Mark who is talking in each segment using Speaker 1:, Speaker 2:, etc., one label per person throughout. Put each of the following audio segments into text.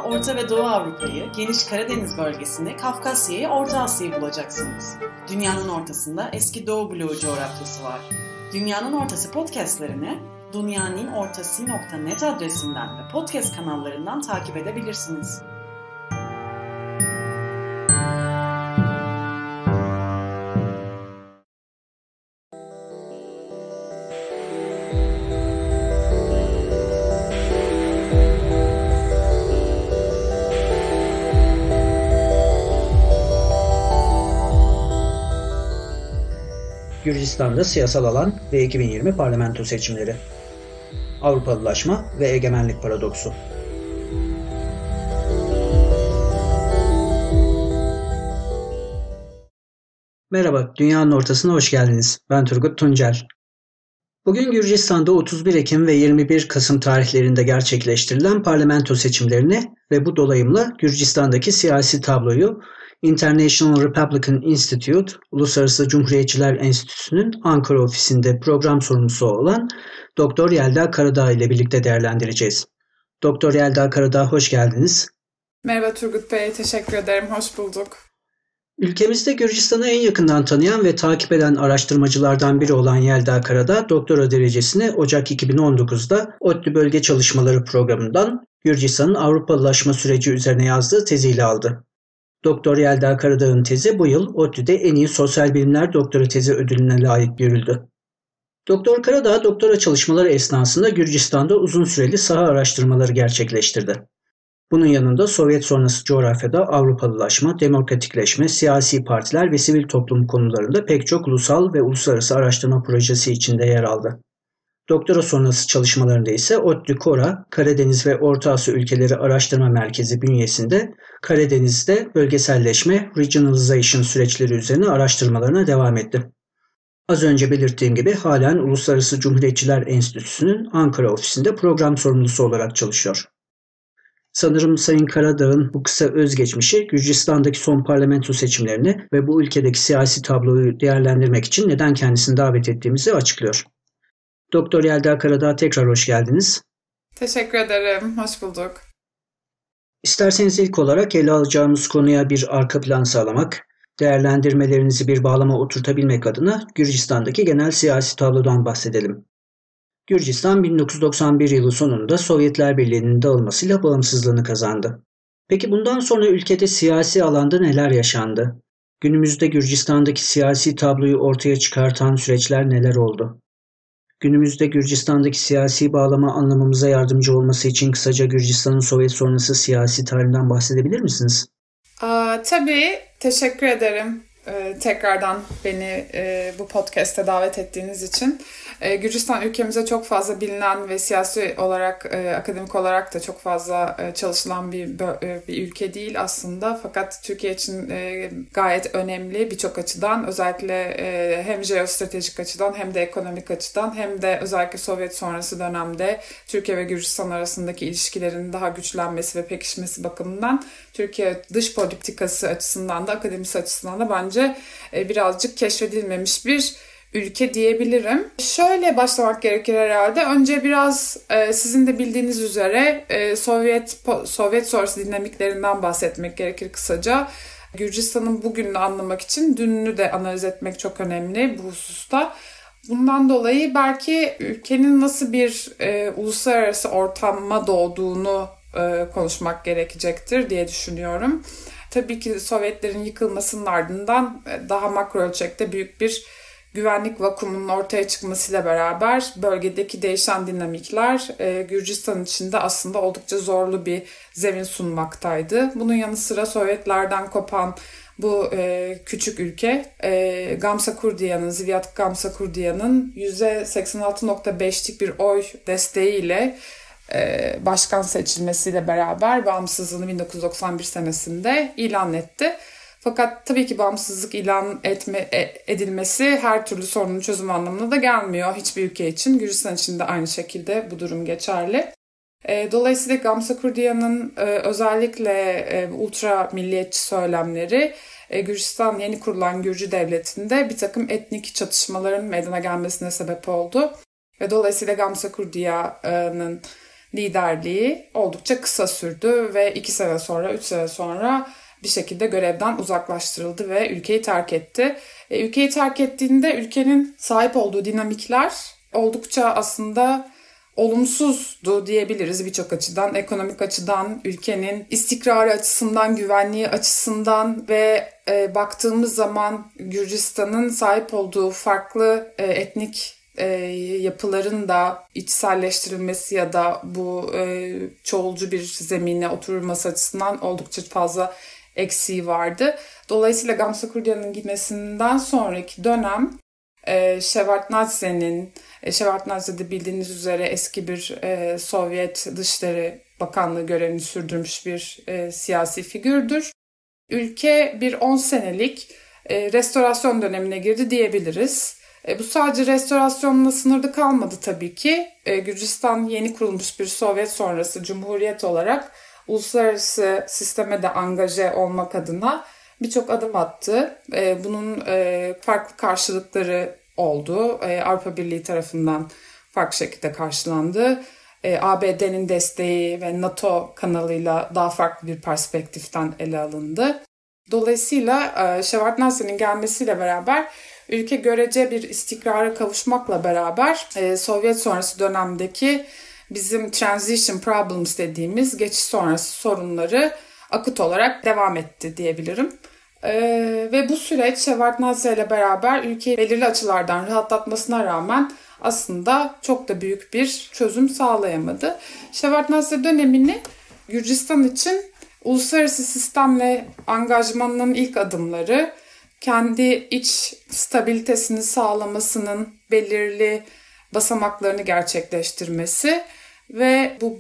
Speaker 1: Orta ve Doğu Avrupa'yı, geniş Karadeniz bölgesini, Kafkasya'yı, Orta Asya'yı bulacaksınız. Dünyanın ortasında eski Doğu bloğu coğrafyası var. Dünyanın Ortası podcastlerini dunyaninnortası.net adresinden ve podcast kanallarından takip edebilirsiniz.
Speaker 2: Gürcistan'da siyasal alan ve 2020 parlamento seçimleri. Avrupalılaşma ve egemenlik paradoksu. Merhaba, Dünyanın Ortası'na hoş geldiniz. Ben Turgut Tuncel. Bugün Gürcistan'da 31 Ekim ve 21 Kasım tarihlerinde gerçekleştirilen parlamento seçimlerini ve bu dolayımla Gürcistan'daki siyasi tabloyu International Republican Institute, Uluslararası Cumhuriyetçiler Enstitüsü'nün Ankara ofisinde program sorumlusu olan Dr. Yelda Karadağ ile birlikte değerlendireceğiz. Dr. Yelda Karadağ, hoş geldiniz.
Speaker 3: Merhaba Turgut Bey, teşekkür ederim, hoş bulduk.
Speaker 2: Ülkemizde Gürcistan'ı en yakından tanıyan ve takip eden araştırmacılardan biri olan Yelda Karadağ, doktora derecesini Ocak 2019'da ODTÜ Bölge Çalışmaları Programı'ndan Gürcistan'ın Avrupalılaşma süreci üzerine yazdığı teziyle aldı. Dr. Yelda Karadağ'ın tezi bu yıl ODTÜ'de en iyi sosyal bilimler doktora tezi ödülüne layık görüldü. Dr. Karadağ, doktora çalışmaları esnasında Gürcistan'da uzun süreli saha araştırmaları gerçekleştirdi. Bunun yanında Sovyet sonrası coğrafyada Avrupalılaşma, demokratikleşme, siyasi partiler ve sivil toplum konularında pek çok ulusal ve uluslararası araştırma projesi içinde yer aldı. Doktora sonrası çalışmalarında ise ODTÜ Kora, Karadeniz ve Orta Asya Ülkeleri Araştırma Merkezi bünyesinde Karadeniz'de bölgeselleşme, regionalization süreçleri üzerine araştırmalarına devam etti. Az önce belirttiğim gibi halen Uluslararası Cumhuriyetçiler Enstitüsü'nün Ankara ofisinde program sorumlusu olarak çalışıyor. Sanırım Sayın Karadağ'ın bu kısa özgeçmişi Gürcistan'daki son parlamento seçimlerini ve bu ülkedeki siyasi tabloyu değerlendirmek için neden kendisini davet ettiğimizi açıklıyor. Dr. Yelda Karadağ, tekrar hoş geldiniz.
Speaker 3: Teşekkür ederim, hoş bulduk.
Speaker 2: İsterseniz ilk olarak ele alacağımız konuya bir arka plan sağlamak, değerlendirmelerinizi bir bağlama oturtabilmek adına Gürcistan'daki genel siyasi tablodan bahsedelim. Gürcistan 1991 yılı sonunda Sovyetler Birliği'nin dağılmasıyla bağımsızlığını kazandı. Peki bundan sonra ülkede siyasi alanda neler yaşandı? Günümüzde Gürcistan'daki siyasi tabloyu ortaya çıkartan süreçler neler oldu? Günümüzde Gürcistan'daki siyasi bağlama anlamamıza yardımcı olması için kısaca Gürcistan'ın Sovyet sonrası siyasi tarihinden bahsedebilir misiniz?
Speaker 3: Tabii, teşekkür ederim. Tekrardan beni bu podcast'e davet ettiğiniz için. Gürcistan ülkemize çok fazla bilinen ve siyasi olarak, akademik olarak da çok fazla çalışılan bir ülke değil aslında. Fakat Türkiye için gayet önemli birçok açıdan. Özellikle hem jeostratejik açıdan hem de ekonomik açıdan hem de özellikle Sovyet sonrası dönemde Türkiye ve Gürcistan arasındaki ilişkilerin daha güçlenmesi ve pekişmesi bakımından Türkiye dış politikası açısından da akademisi açısından da bence birazcık keşfedilmemiş bir ülke diyebilirim. Şöyle başlamak gerekir herhalde. Önce biraz sizin de bildiğiniz üzere Sovyet sonrası dinamiklerinden bahsetmek gerekir kısaca. Gürcistan'ın bugününü anlamak için dününü de analiz etmek çok önemli bu hususta. Bundan dolayı belki ülkenin nasıl bir uluslararası ortama doğduğunu konuşmak gerekecektir diye düşünüyorum. Tabii ki Sovyetlerin yıkılmasının ardından daha makro ölçekte büyük bir güvenlik vakuumunun ortaya çıkmasıyla beraber bölgedeki değişen dinamikler Gürcistan için de aslında oldukça zorlu bir zemin sunmaktaydı. Bunun yanı sıra Sovyetlerden kopan bu küçük ülke Zviad Gamsakurdyan'ın %86.5'lik bir oy desteğiyle başkan seçilmesiyle beraber bağımsızlığını 1991 senesinde ilan etti. Fakat tabii ki bağımsızlık ilan edilmesi her türlü sorunun çözümü anlamına da gelmiyor hiçbir ülke için. Gürcistan için de aynı şekilde bu durum geçerli. Dolayısıyla Gamsakurdyan'ın özellikle ultra milliyetçi söylemleri Gürcistan yeni kurulan Gürcü devletinde bir takım etnik çatışmaların meydana gelmesine sebep oldu. Ve dolayısıyla Gamsakurdyan'ın liderliği oldukça kısa sürdü ve 2 sene sonra, 3 sene sonra bir şekilde görevden uzaklaştırıldı ve ülkeyi terk etti. Ülkeyi terk ettiğinde ülkenin sahip olduğu dinamikler oldukça aslında olumsuzdu diyebiliriz birçok açıdan. Ekonomik açıdan, ülkenin istikrarı açısından, güvenliği açısından ve baktığımız zaman Gürcistan'ın sahip olduğu farklı etnik yapıların da içselleştirilmesi ya da bu çoğulcu bir zemine oturulması açısından oldukça fazla eksiği vardı. Dolayısıyla Gamsakurdyan'ın gitmesinden sonraki dönem Şevardnadze'de bildiğiniz üzere eski bir Sovyet Dışişleri Bakanlığı görevini sürdürmüş bir siyasi figürdür. Ülke bir 10 senelik restorasyon dönemine girdi diyebiliriz. Bu sadece restorasyonla sınırlı kalmadı tabii ki. Gürcistan yeni kurulmuş bir Sovyet sonrası cumhuriyet olarak uluslararası sisteme de angaje olmak adına birçok adım attı. Bunun farklı karşılıkları oldu. Avrupa Birliği tarafından farklı şekilde karşılandı. ABD'nin desteği ve NATO kanalıyla daha farklı bir perspektiften ele alındı. Dolayısıyla Şevardnadze'nin gelmesiyle beraber ülke görece bir istikrara kavuşmakla beraber Sovyet sonrası dönemdeki bizim transition problems dediğimiz geçiş sonrası sorunları akut olarak devam etti diyebilirim. Ve bu süreç Şevardnadze ile beraber ülkeyi belirli açılardan rahatlatmasına rağmen aslında çok da büyük bir çözüm sağlayamadı. Şevardnadze dönemini Gürcistan için uluslararası sistemle angajmanının ilk adımları, kendi iç stabilitesini sağlamasının belirli basamaklarını gerçekleştirmesi ve bu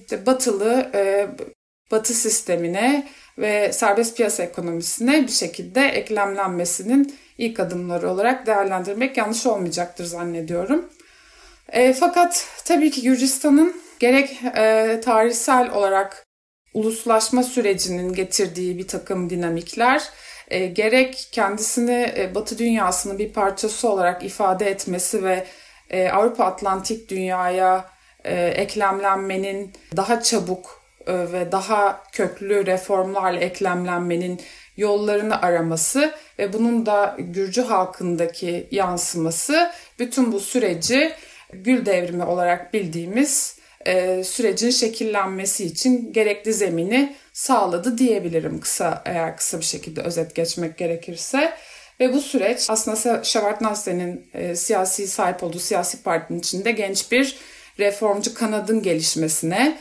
Speaker 3: Batı sistemine ve serbest piyasa ekonomisine bir şekilde eklemlenmesinin ilk adımları olarak değerlendirmek yanlış olmayacaktır zannediyorum. Fakat tabii ki Gürcistan'ın gerek tarihsel olarak uluslaşma sürecinin getirdiği bir takım dinamikler, gerek kendisini Batı dünyasının bir parçası olarak ifade etmesi ve Avrupa Atlantik dünyaya eklemlenmenin daha çabuk ve daha köklü reformlarla eklemlenmenin yollarını araması ve bunun da Gürcü halkındaki yansıması bütün bu süreci Gül Devrimi olarak bildiğimiz sürecin şekillenmesi için gerekli zemini sağladı diyebilirim eğer kısa bir şekilde özet geçmek gerekirse. Ve bu süreç aslında Şevardnadze'nin sahip olduğu siyasi partinin içinde genç bir reformcu kanadın gelişmesine,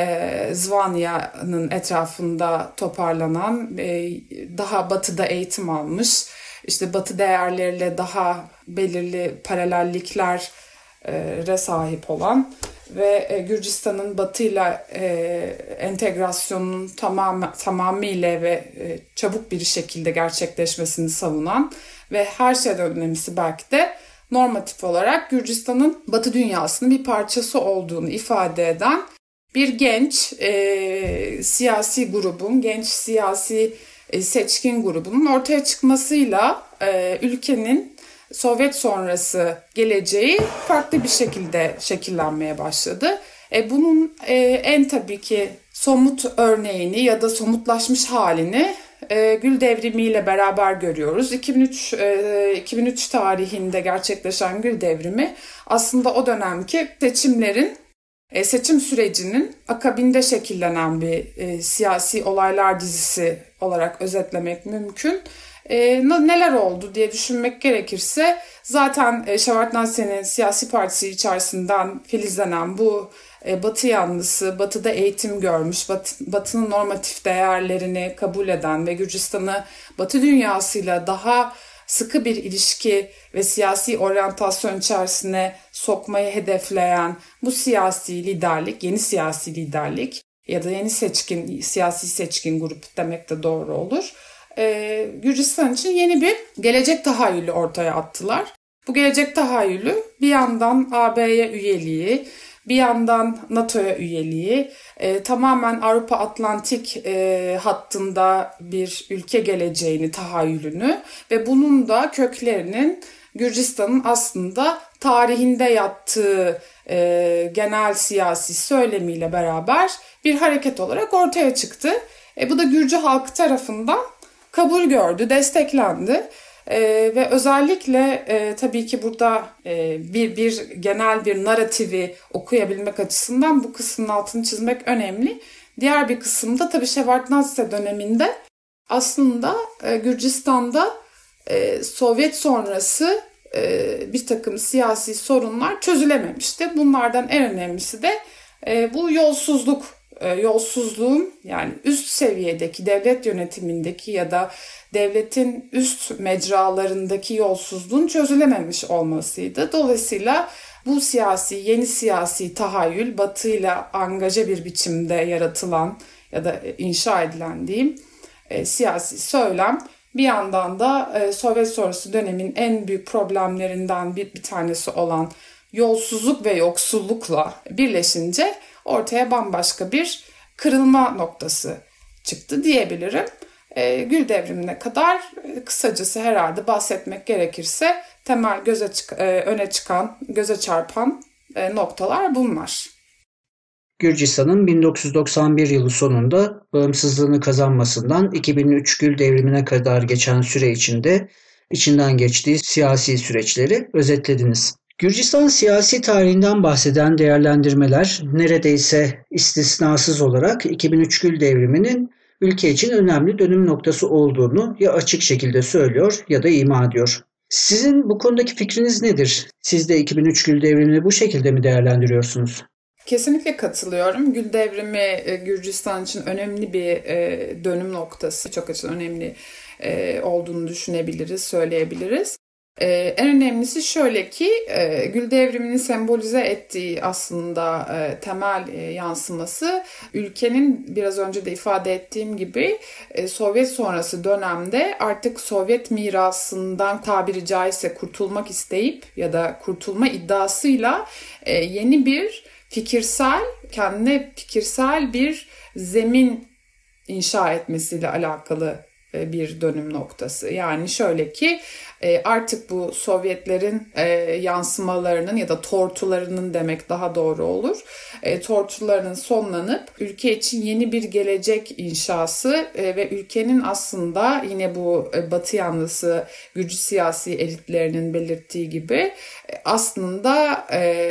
Speaker 3: Zvanya'nın etrafında toparlanan, daha batıda eğitim almış, işte batı değerleriyle daha belirli paralelliklere sahip olan ve Gürcistan'ın batıyla entegrasyonunun tamamıyla ve çabuk bir şekilde gerçekleşmesini savunan ve her şeyden önemlisi belki de normatif olarak Gürcistan'ın batı dünyasının bir parçası olduğunu ifade eden bir genç siyasi grubun, genç siyasi seçkin grubunun ortaya çıkmasıyla ülkenin Sovyet sonrası geleceği farklı bir şekilde şekillenmeye başladı. Bunun en tabii ki somut örneğini ya da somutlaşmış halini Gül Devrimi ile beraber görüyoruz. 2003 tarihinde gerçekleşen Gül Devrimi aslında o dönemki seçim sürecinin akabinde şekillenen bir siyasi olaylar dizisi olarak özetlemek mümkün. Neler oldu diye düşünmek gerekirse zaten Şevardnadze'nin siyasi partisi içerisinden filizlenen bu Batı yanlısı, Batı'da eğitim görmüş, Batı'nın normatif değerlerini kabul eden ve Gürcistan'ı Batı dünyasıyla daha sıkı bir ilişki ve siyasi oryantasyon içerisine sokmayı hedefleyen bu siyasi liderlik, yeni siyasi liderlik ya da yeni siyasi seçkin grup demek de doğru olur. Gürcistan için yeni bir gelecek tahayyülü ortaya attılar. Bu gelecek tahayyülü bir yandan AB'ye üyeliği, bir yandan NATO'ya üyeliği, tamamen Avrupa Atlantik hattında bir ülke geleceğini, tahayyülünü ve bunun da köklerinin Gürcistan'ın aslında tarihinde yattığı genel siyasi söylemiyle beraber bir hareket olarak ortaya çıktı. Bu da Gürcü halkı tarafından kabul gördü, desteklendi. Ve özellikle tabii ki burada bir genel bir narratifi okuyabilmek açısından bu kısmın altını çizmek önemli. Diğer bir kısımda tabii Şevardnadze döneminde aslında Gürcistan'da Sovyet sonrası bir takım siyasi sorunlar çözülememişti. Bunlardan en önemlisi de bu yolsuzluğun yani üst seviyedeki devlet yönetimindeki ya da devletin üst mecralarındaki yolsuzluğun çözülememiş olmasıydı. Dolayısıyla bu yeni siyasi tahayyül Batı'yla angaje bir biçimde yaratılan ya da inşa edilen diyeyim siyasi söylem bir yandan da Sovyet sonrası dönemin en büyük problemlerinden bir tanesi olan yolsuzluk ve yoksullukla birleşince ortaya bambaşka bir kırılma noktası çıktı diyebilirim. Gül devrimine kadar kısacası herhalde bahsetmek gerekirse temel öne çıkan, göze çarpan noktalar bunlar.
Speaker 2: Gürcistan'ın 1991 yılı sonunda bağımsızlığını kazanmasından 2003 Gül devrimine kadar geçen süre içinden geçtiği siyasi süreçleri özetlediniz. Gürcistan siyasi tarihinden bahseden değerlendirmeler neredeyse istisnasız olarak 2003 Gül devriminin ülke için önemli dönüm noktası olduğunu ya açık şekilde söylüyor ya da ima ediyor. Sizin bu konudaki fikriniz nedir? Siz de 2003 Gül devrimini bu şekilde mi değerlendiriyorsunuz?
Speaker 3: Kesinlikle katılıyorum. Gül devrimi Gürcistan için önemli bir dönüm noktası. Çok açıdan önemli olduğunu düşünebiliriz, söyleyebiliriz. En önemlisi şöyle ki Gül devriminin sembolize ettiği aslında temel yansıması ülkenin biraz önce de ifade ettiğim gibi Sovyet sonrası dönemde artık Sovyet mirasından tabiri caizse kurtulmak isteyip ya da kurtulma iddiasıyla yeni bir kendine fikirsel bir zemin inşa etmesiyle alakalı bir dönüm noktası. Yani şöyle ki artık bu Sovyetlerin yansımalarının ya da tortularının demek daha doğru olur. Tortularının sonlanıp ülke için yeni bir gelecek inşası ve ülkenin aslında yine bu Batı yanlısı Gürcü siyasi elitlerinin belirttiği gibi aslında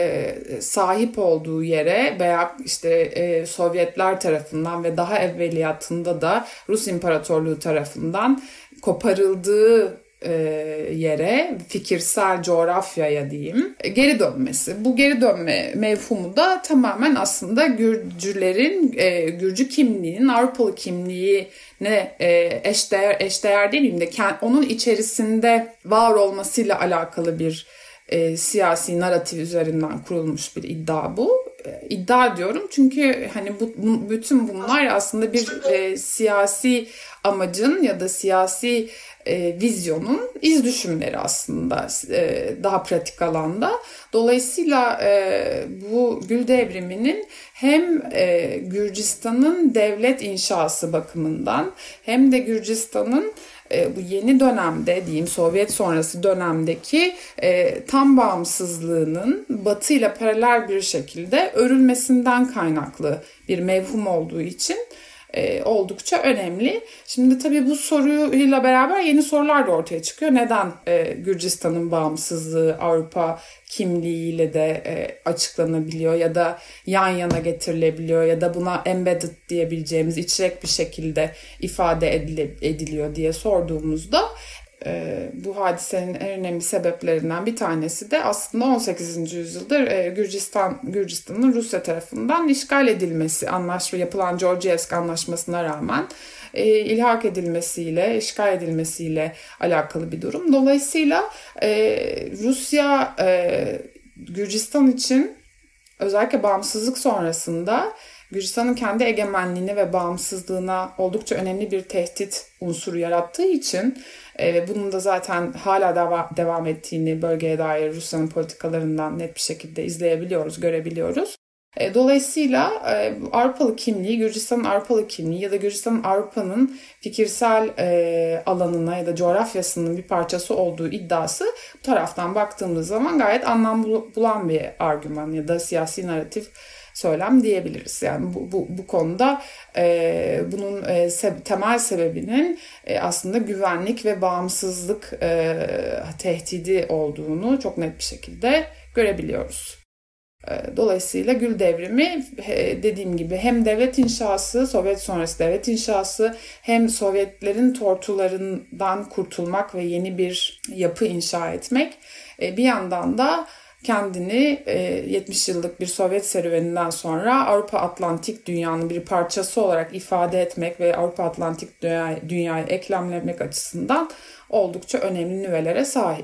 Speaker 3: sahip olduğu yere veya işte Sovyetler tarafından ve daha evveliyatında da Rus İmparatorluğu tarafından koparıldığı yere, fikirsel coğrafyaya diyeyim, geri dönmesi. Bu geri dönme mevhumu da tamamen aslında Gürcülerin, Gürcü kimliğinin Avrupalı kimliğine eşdeğer demeyeyim de onun içerisinde var olmasıyla alakalı bir siyasi narratif üzerinden kurulmuş bir iddia bu. İddia diyorum çünkü hani bütün bunlar aslında bir siyasi amacın ya da siyasi vizyonun iz düşümleri aslında daha pratik alanda. Dolayısıyla bu Gül devriminin hem Gürcistan'ın devlet inşası bakımından hem de Gürcistan'ın bu yeni dönemde diyeyim Sovyet sonrası dönemdeki tam bağımsızlığının Batı ile paralel bir şekilde örülmesinden kaynaklı bir mevhum olduğu için oldukça önemli. Şimdi tabii bu soruyla beraber yeni sorular da ortaya çıkıyor. Neden Gürcistan'ın bağımsızlığı Avrupa kimliğiyle de açıklanabiliyor ya da yan yana getirilebiliyor ya da buna embedded diyebileceğimiz içerek bir şekilde ifade ediliyor diye sorduğumuzda bu hadisenin en önemli sebeplerinden bir tanesi de aslında 18. yüzyıldır Gürcistan'ın Rusya tarafından işgal edilmesi, yapılan Georgievsk Anlaşması'na rağmen ilhak edilmesiyle, işgal edilmesiyle alakalı bir durum. Dolayısıyla Rusya Gürcistan için özellikle bağımsızlık sonrasında Gürcistan'ın kendi egemenliğine ve bağımsızlığına oldukça önemli bir tehdit unsuru yarattığı için ve bunun da zaten hala devam ettiğini bölgeye dair Rusya'nın politikalarından net bir şekilde izleyebiliyoruz, görebiliyoruz. Dolayısıyla Avrupalı kimliği, Gürcistan'ın Avrupalı kimliği ya da Gürcistan'ın Avrupa'nın fikirsel alanına ya da coğrafyasının bir parçası olduğu iddiası bu taraftan baktığımız zaman gayet anlam bulan bir argüman ya da siyasi narratif söylem diyebiliriz. Yani bu konuda bunun temel sebebinin aslında güvenlik ve bağımsızlık tehdidi olduğunu çok net bir şekilde görebiliyoruz. Dolayısıyla Gül Devrimi dediğim gibi hem devlet inşası, Sovyet sonrası devlet inşası, hem Sovyetlerin tortularından kurtulmak ve yeni bir yapı inşa etmek, bir yandan da kendini 70 yıllık bir Sovyet serüveninden sonra Avrupa Atlantik dünyanın bir parçası olarak ifade etmek ve Avrupa Atlantik dünyaya eklemlemek açısından oldukça önemli nüvelere sahip.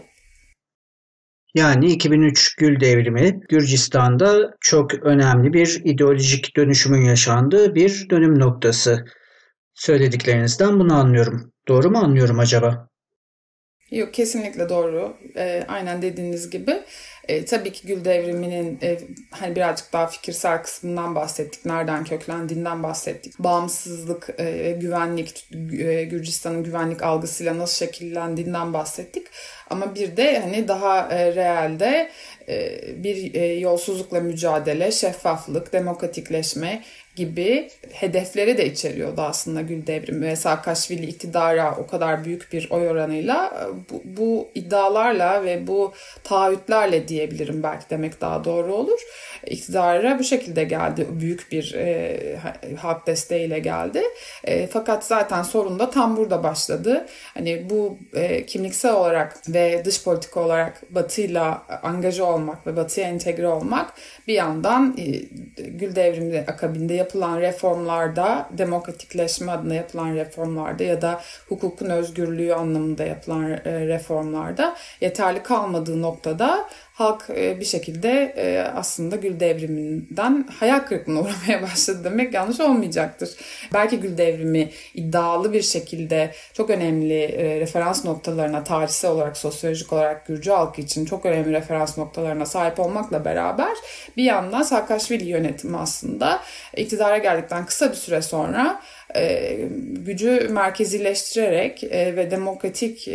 Speaker 2: Yani 2003 Gül Devrimi Gürcistan'da çok önemli bir ideolojik dönüşümün yaşandığı bir dönüm noktası. Söylediklerinizden bunu anlıyorum. Doğru mu anlıyorum acaba?
Speaker 3: Yok, kesinlikle doğru. Aynen dediğiniz gibi. Tabii ki Gül Devrimi'nin hani birazcık daha fikirsel kısmından bahsettik. Nereden köklendiğinden bahsettik. Bağımsızlık, güvenlik, Gürcistan'ın güvenlik algısıyla nasıl şekillendiğinden bahsettik. Ama bir de hani daha realde bir yolsuzlukla mücadele, şeffaflık, demokratikleşme gibi hedefleri de içeriyordu aslında Gül Devrimi ve Saakashvili iktidara o kadar büyük bir oy oranıyla bu iddialarla ve bu taahhütlerle diyebilirim, belki demek daha doğru olur. İktidara bu şekilde geldi, büyük bir halk desteğiyle geldi. Fakat zaten sorun da tam burada başladı. Hani bu kimliksel olarak ve dış politika olarak Batı'yla angaja olmak ve Batı'ya entegre olmak, bir yandan Gül Devrimi akabinde yapılan reformlarda, demokratikleşme adına yapılan reformlarda ya da hukukun özgürlüğü anlamında yapılan reformlarda yeterli kalmadığı noktada halk bir şekilde aslında Gül Devrimi'nden hayal kırıklığına uğramaya başladı demek yanlış olmayacaktır. Belki Gül Devrimi iddialı bir şekilde çok önemli referans noktalarına, tarihsel olarak, sosyolojik olarak Gürcü halkı için çok önemli referans noktalarına sahip olmakla beraber bir yandan Saakashvili yönetimi aslında iktidara geldikten kısa bir süre sonra gücü merkezileştirerek ve demokratik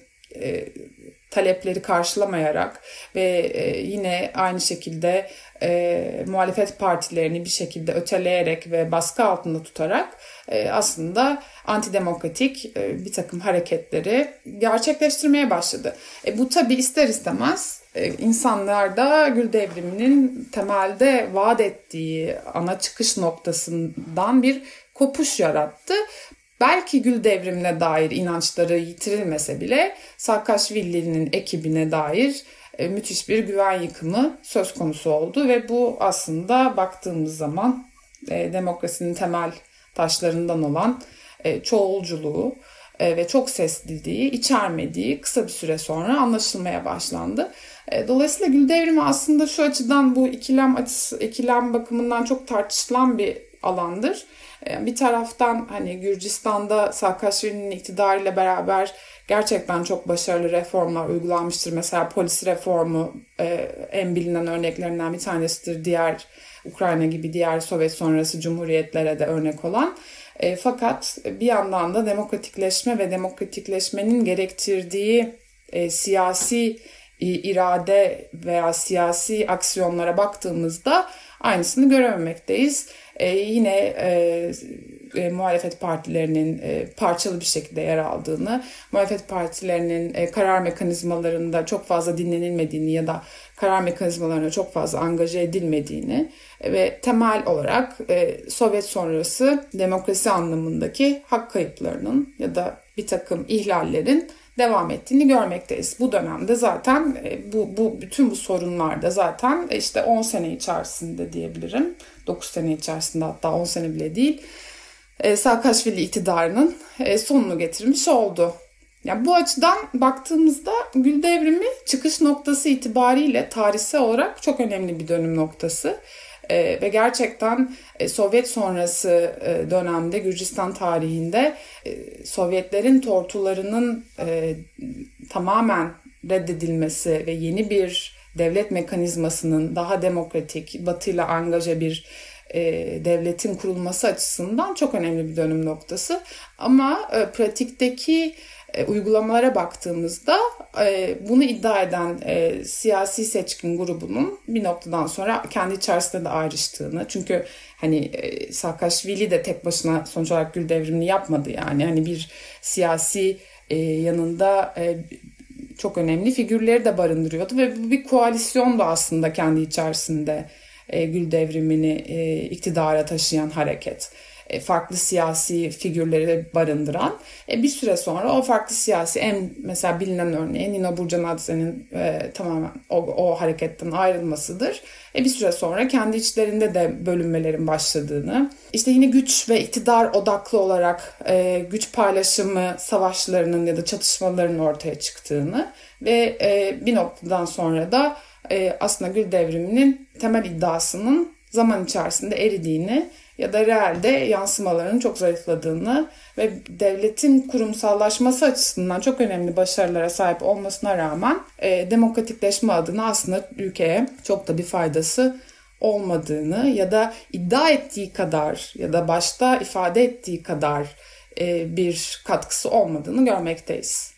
Speaker 3: talepleri karşılamayarak ve yine aynı şekilde muhalefet partilerini bir şekilde öteleyerek ve baskı altında tutarak aslında antidemokratik bir takım hareketleri gerçekleştirmeye başladı. Bu tabii ister istemez insanlarda Gül Devrimi'nin temelde vaat ettiği ana çıkış noktasından bir kopuş yarattı. Belki Gül Devrimi'ne dair inançları yitirilmese bile Saakashvili'nin ekibine dair müthiş bir güven yıkımı söz konusu oldu ve bu aslında baktığımız zaman demokrasinin temel taşlarından olan çoğulculuğu ve çok sesliliği içermediği kısa bir süre sonra anlaşılmaya başlandı. Dolayısıyla Gül Devrimi aslında şu açıdan, bu ikilem bakımından çok tartışılan bir alandır. Bir taraftan hani Gürcistan'da Saakashvili'nin iktidarıyla beraber gerçekten çok başarılı reformlar uygulanmıştır. Mesela polis reformu en bilinen örneklerinden bir tanesidir. Diğer Ukrayna gibi diğer Sovyet sonrası cumhuriyetlere de örnek olan. Fakat bir yandan da demokratikleşme ve demokratikleşmenin gerektirdiği siyasi irade veya siyasi aksiyonlara baktığımızda aynısını görememekteyiz. Yine muhalefet partilerinin parçalı bir şekilde yer aldığını, muhalefet partilerinin karar mekanizmalarında çok fazla dinlenilmediğini ya da karar mekanizmalarına çok fazla angaje edilmediğini ve temel olarak Sovyet sonrası demokrasi anlamındaki hak kayıplarının ya da bir takım ihlallerin devam ettiğini görmekteyiz. Bu dönemde zaten bütün bu sorunlarda zaten işte 10 sene içerisinde diyebilirim. 9 sene içerisinde, hatta 10 sene bile değil. Saakashvili iktidarının sonunu getirmiş oldu. Yani bu açıdan baktığımızda Gül Devrimi çıkış noktası itibariyle tarihsel olarak çok önemli bir dönüm noktası. Ve gerçekten Sovyet sonrası dönemde Gürcistan tarihinde Sovyetlerin tortularının tamamen reddedilmesi ve yeni bir devlet mekanizmasının daha demokratik, Batı'yla angaje bir devletin kurulması açısından çok önemli bir dönüm noktası. Ama pratikteki uygulamalara baktığımızda bunu iddia eden siyasi seçkin grubunun bir noktadan sonra kendi içerisinde de ayrıştığını, çünkü hani Saakashvili de tek başına sonuç olarak Gül devrimini yapmadı, yani hani bir siyasi yanında çok önemli figürleri de barındırıyordu ve bu bir koalisyon da aslında kendi içerisinde Gül devrimini iktidara taşıyan hareket. Farklı siyasi figürleri barındıran, bir süre sonra o farklı siyasi, en mesela bilinen örneği Nino Burjanadze'nin tamamen o hareketten ayrılmasıdır. Bir süre sonra kendi içlerinde de bölünmelerin başladığını, işte yine güç ve iktidar odaklı olarak güç paylaşımı savaşlarının ya da çatışmaların ortaya çıktığını ve bir noktadan sonra da aslında Gül devriminin temel iddiasının zaman içerisinde eridiğini ya da realde yansımalarının çok zayıfladığını ve devletin kurumsallaşması açısından çok önemli başarılara sahip olmasına rağmen demokratikleşme adına aslında ülkeye çok da bir faydası olmadığını ya da iddia ettiği kadar ya da başta ifade ettiği kadar bir katkısı olmadığını görmekteyiz.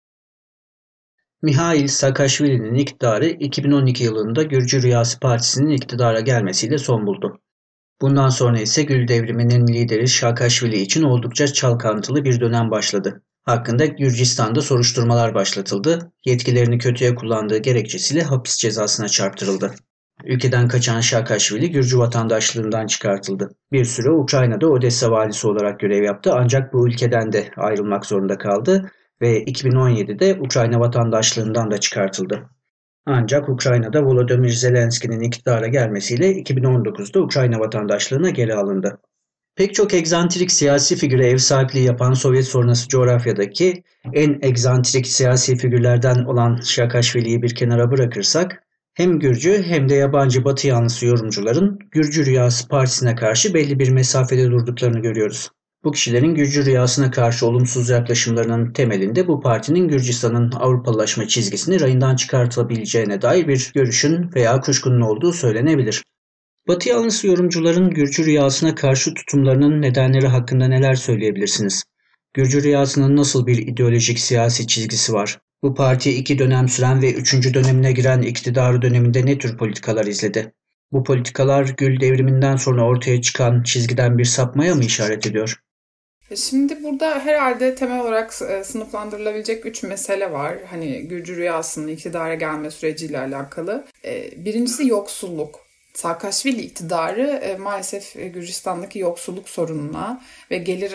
Speaker 2: Mihail Saakashvili'nin iktidarı 2012 yılında Gürcü Rüyası Partisi'nin iktidara gelmesiyle son buldu. Bundan sonra ise Gül devriminin lideri Saakashvili için oldukça çalkantılı bir dönem başladı. Hakkında Gürcistan'da soruşturmalar başlatıldı, yetkilerini kötüye kullandığı gerekçesiyle hapis cezasına çarptırıldı. Ülkeden kaçan Saakashvili Gürcü vatandaşlığından çıkartıldı. Bir süre Ukrayna'da Odessa valisi olarak görev yaptı, ancak bu ülkeden de ayrılmak zorunda kaldı ve 2017'de Ukrayna vatandaşlığından da çıkartıldı. Ancak Ukrayna'da Volodymyr Zelenski'nin iktidara gelmesiyle 2019'da Ukrayna vatandaşlığına geri alındı. Pek çok egzantrik siyasi figüre ev sahipliği yapan Sovyet sonrası coğrafyadaki en egzantrik siyasi figürlerden olan Saakashvili'yi bir kenara bırakırsak, hem Gürcü hem de yabancı Batı yanlısı yorumcuların Gürcü Rüyası Partisi'ne karşı belli bir mesafede durduklarını görüyoruz. Bu kişilerin Gürcü Rüyası'na karşı olumsuz yaklaşımlarının temelinde bu partinin Gürcistan'ın Avrupalılaşma çizgisini rayından çıkartılabileceğine dair bir görüşün veya kuşkunun olduğu söylenebilir. Batı yanlısı yorumcuların Gürcü Rüyası'na karşı tutumlarının nedenleri hakkında neler söyleyebilirsiniz? Gürcü Rüyası'nın nasıl bir ideolojik siyasi çizgisi var? Bu parti 2 dönem süren ve 3. dönemine giren iktidarı döneminde ne tür politikalar izledi? Bu politikalar Gül devriminden sonra ortaya çıkan çizgiden bir sapmaya mı işaret ediyor?
Speaker 3: Şimdi burada herhalde temel olarak sınıflandırılabilecek 3 mesele var. Hani Gürcü Rüyası'nın iktidara gelme süreciyle alakalı. Birincisi yoksulluk. Saakashvili iktidarı maalesef Gürcistan'daki yoksulluk sorununa ve gelir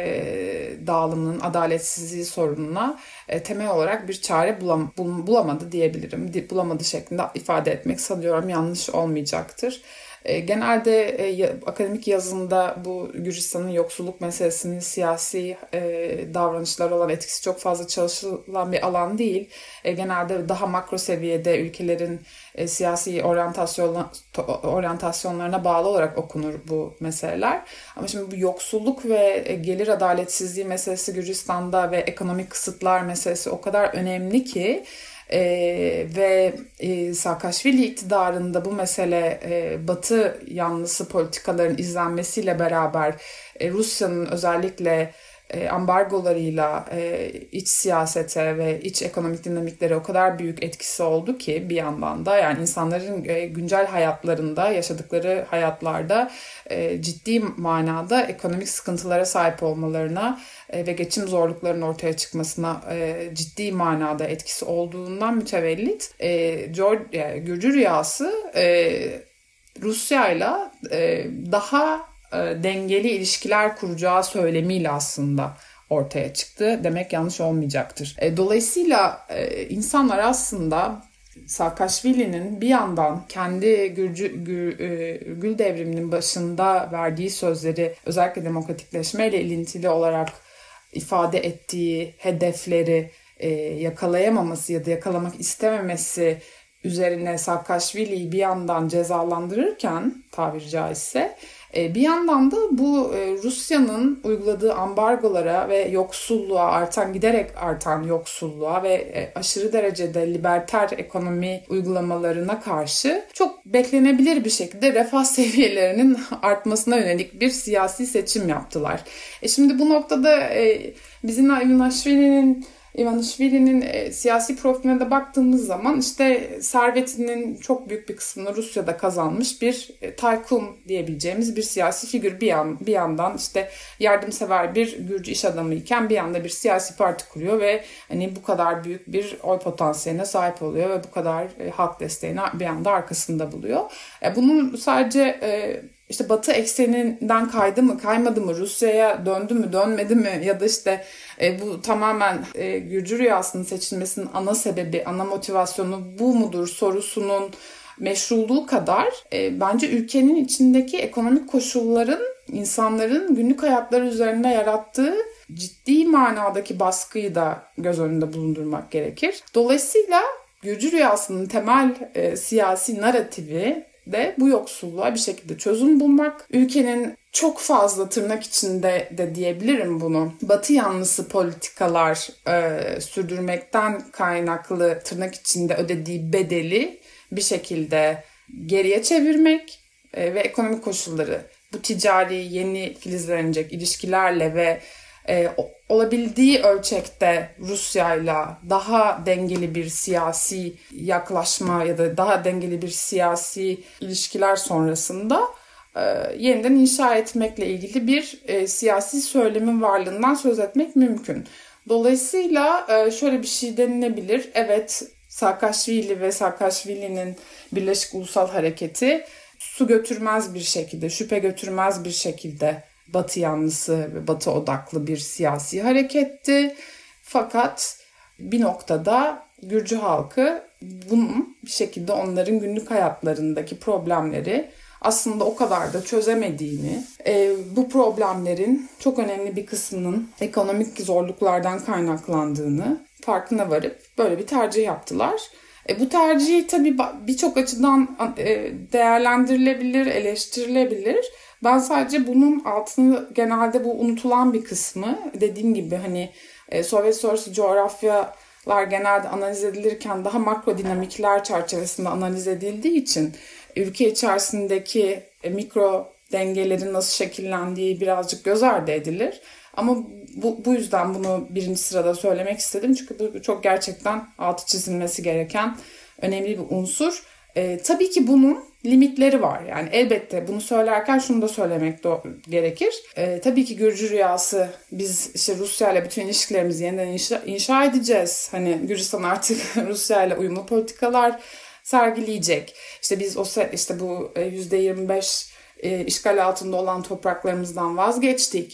Speaker 3: dağılımının adaletsizliği sorununa temel olarak bir çare bulamadı diyebilirim. Bulamadı şeklinde ifade etmek sanıyorum yanlış olmayacaktır. Genelde akademik yazında bu Gürcistan'ın yoksulluk meselesinin siyasi davranışlar olan etkisi çok fazla çalışılan bir alan değil. Genelde daha makro seviyede ülkelerin siyasi oryantasyonlarına bağlı olarak okunur bu meseleler. Ama şimdi bu yoksulluk ve gelir adaletsizliği meselesi Gürcistan'da ve ekonomik kısıtlar meselesi o kadar önemli ki ve Saakashvili iktidarında bu mesele Batı yanlısı politikaların izlenmesiyle beraber Rusya'nın özellikle ambargolarıyla iç siyasete ve iç ekonomik dinamiklere o kadar büyük etkisi oldu ki bir yandan da yani insanların güncel hayatlarında, yaşadıkları hayatlarda ciddi manada ekonomik sıkıntılara sahip olmalarına ve geçim zorluklarının ortaya çıkmasına ciddi manada etkisi olduğundan mütevellit Gürcü Rüyası Rusya'yla daha dengeli ilişkiler kuracağı söylemiyle aslında ortaya çıktı demek yanlış olmayacaktır. Dolayısıyla insanlar aslında Saakashvili'nin bir yandan kendi Gül devriminin başında verdiği sözleri özellikle demokratikleşmeyle ilintili olarak ifade ettiği hedefleri yakalayamaması ya da yakalamak istememesi üzerine Saakashvili'yi bir yandan cezalandırırken tabiri caizse Bir yandan da bu Rusya'nın uyguladığı ambargolara ve yoksulluğa, giderek artan yoksulluğa ve aşırı derecede liberter ekonomi uygulamalarına karşı çok beklenebilir bir şekilde refah seviyelerinin artmasına yönelik bir siyasi seçim yaptılar. Şimdi bu noktada bizim Ivanishvili'nin siyasi profiline de baktığımız zaman işte servetinin çok büyük bir kısmını Rusya'da kazanmış bir taykun diyebileceğimiz bir siyasi figür. Bir yandan işte yardımsever bir Gürcü iş adamı iken bir yanda bir siyasi parti kuruyor ve hani bu kadar büyük bir oy potansiyeline sahip oluyor ve bu kadar halk desteğini bir anda arkasında buluyor. Bunun sadece işte Batı ekseninden kaydı mı, kaymadı mı, Rusya'ya döndü mü, dönmedi mi ya da işte bu tamamen Gürcü rüyasının seçilmesinin ana sebebi, ana motivasyonu bu mudur sorusunun meşruluğu kadar bence ülkenin içindeki ekonomik koşulların insanların günlük hayatları üzerinde yarattığı ciddi manadaki baskıyı da göz önünde bulundurmak gerekir. Dolayısıyla Gürcü rüyasının temel siyasi narratifi de bu yoksulluğa bir şekilde çözüm bulmak. Ülkenin çok fazla tırnak içinde de diyebilirim bunu. Batı yanlısı politikalar sürdürmekten kaynaklı tırnak içinde ödediği bedeli bir şekilde geriye çevirmek ve ekonomik koşulları bu ticari yeni filizlenecek ilişkilerle ve olabildiği ölçekte Rusya'yla daha dengeli bir siyasi yaklaşma ya da daha dengeli bir siyasi ilişkiler sonrasında yeniden inşa etmekle ilgili bir siyasi söylemin varlığından söz etmek mümkün. Dolayısıyla şöyle bir şey denilebilir. Evet, Saakashvili ve Saakashvili'nin Birleşik Ulusal Hareketi su götürmez bir şekilde, şüphe götürmez bir şekilde Batı yanlısı ve Batı odaklı bir siyasi hareketti. Fakat bir noktada Gürcü halkı bunun bir şekilde onların günlük hayatlarındaki problemleri aslında o kadar da çözemediğini, bu problemlerin çok önemli bir kısmının ekonomik zorluklardan kaynaklandığını farkına varıp böyle bir tercih yaptılar. Bu tercih tabii birçok açıdan değerlendirilebilir, eleştirilebilir. Ben sadece bunun altını genelde bu unutulan bir kısmı dediğim gibi hani Sovyet sonrası coğrafyalar genelde analiz edilirken daha makro dinamikler çerçevesinde analiz edildiği için ülke içerisindeki mikro dengelerin nasıl şekillendiği birazcık göz ardı edilir. Ama bu yüzden bunu birinci sırada söylemek istedim. Çünkü bu çok gerçekten altı çizilmesi gereken önemli bir unsur. Tabii ki bunun limitleri var. Yani elbette bunu söylerken şunu da söylemek gerekir. Tabii ki Gürcü rüyası biz işte Rusya ile bütün ilişkilerimizi yeniden inşa edeceğiz. Hani Gürcistan artık Rusya ile uyumlu politikalar sergileyecek. İşte biz işte bu %25 işgal altında olan topraklarımızdan vazgeçtik.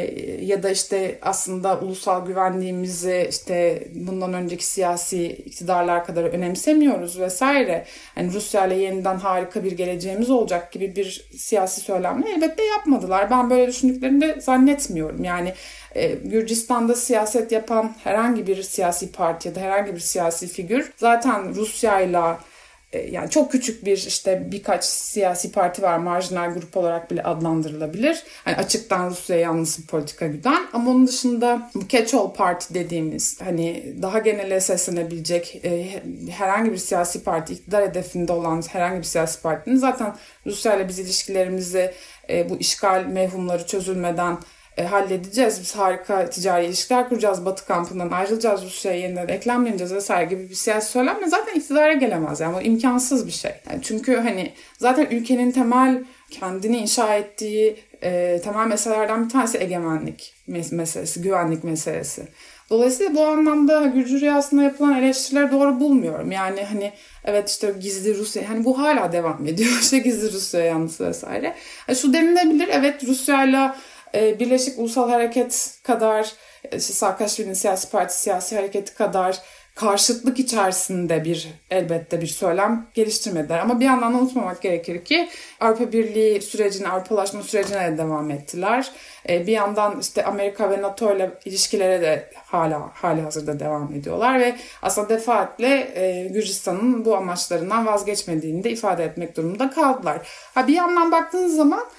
Speaker 3: Ya da işte aslında ulusal güvenliğimizi işte bundan önceki siyasi iktidarlar kadar önemsemiyoruz vesaire. Yani Rusya ile yeniden harika bir geleceğimiz olacak gibi bir siyasi söylemle elbette yapmadılar. Ben böyle düşündüklerini de zannetmiyorum. Yani Gürcistan'da siyaset yapan herhangi bir siyasi parti ya da herhangi bir siyasi figür zaten Rusya'yla yani çok küçük bir işte birkaç siyasi parti var, marjinal grup olarak bile adlandırılabilir. Yani açıktan Rusya'ya yanlısı bir politika güden. Ama onun dışında bu catch-all parti dediğimiz hani daha genele seslenebilecek herhangi bir siyasi parti, iktidar hedefinde olan herhangi bir siyasi partinin zaten Rusya ile biz ilişkilerimizi bu işgal mevhumları çözülmeden halledeceğiz. Biz harika ticari ilişkiler kuracağız. Batı kampından ayrılacağız. Rusya'ya yeniden eklemleneceğiz vesaire gibi bir siyasi söylemle zaten iktidara gelemez. Yani bu imkansız bir şey. Yani çünkü hani zaten ülkenin temel kendini inşa ettiği temel meselelerden bir tanesi egemenlik meselesi, güvenlik meselesi. Dolayısıyla bu anlamda Gürcü rüyasında yapılan eleştirileri doğru bulmuyorum. Yani hani evet işte gizli Rusya, hani bu hala devam ediyor. İşte gizli Rusya yanlısı vesaire. Yani şu denilebilir, evet Rusya'yla Birleşik Ulusal Hareket kadar, işte Saakashvili'nin siyasi parti siyasi hareketi kadar karşıtlık içerisinde elbette bir söylem geliştirmediler. Ama bir yandan unutmamak gerekir ki Avrupa Birliği sürecine, Avrupalaşma sürecine de devam ettiler. Bir yandan işte Amerika ve NATO ile ilişkilere de hali hazırda devam ediyorlar ve aslında defaatle Gürcistan'ın bu amaçlarından vazgeçmediğini de ifade etmek durumunda kaldılar. Bir yandan baktığınız zaman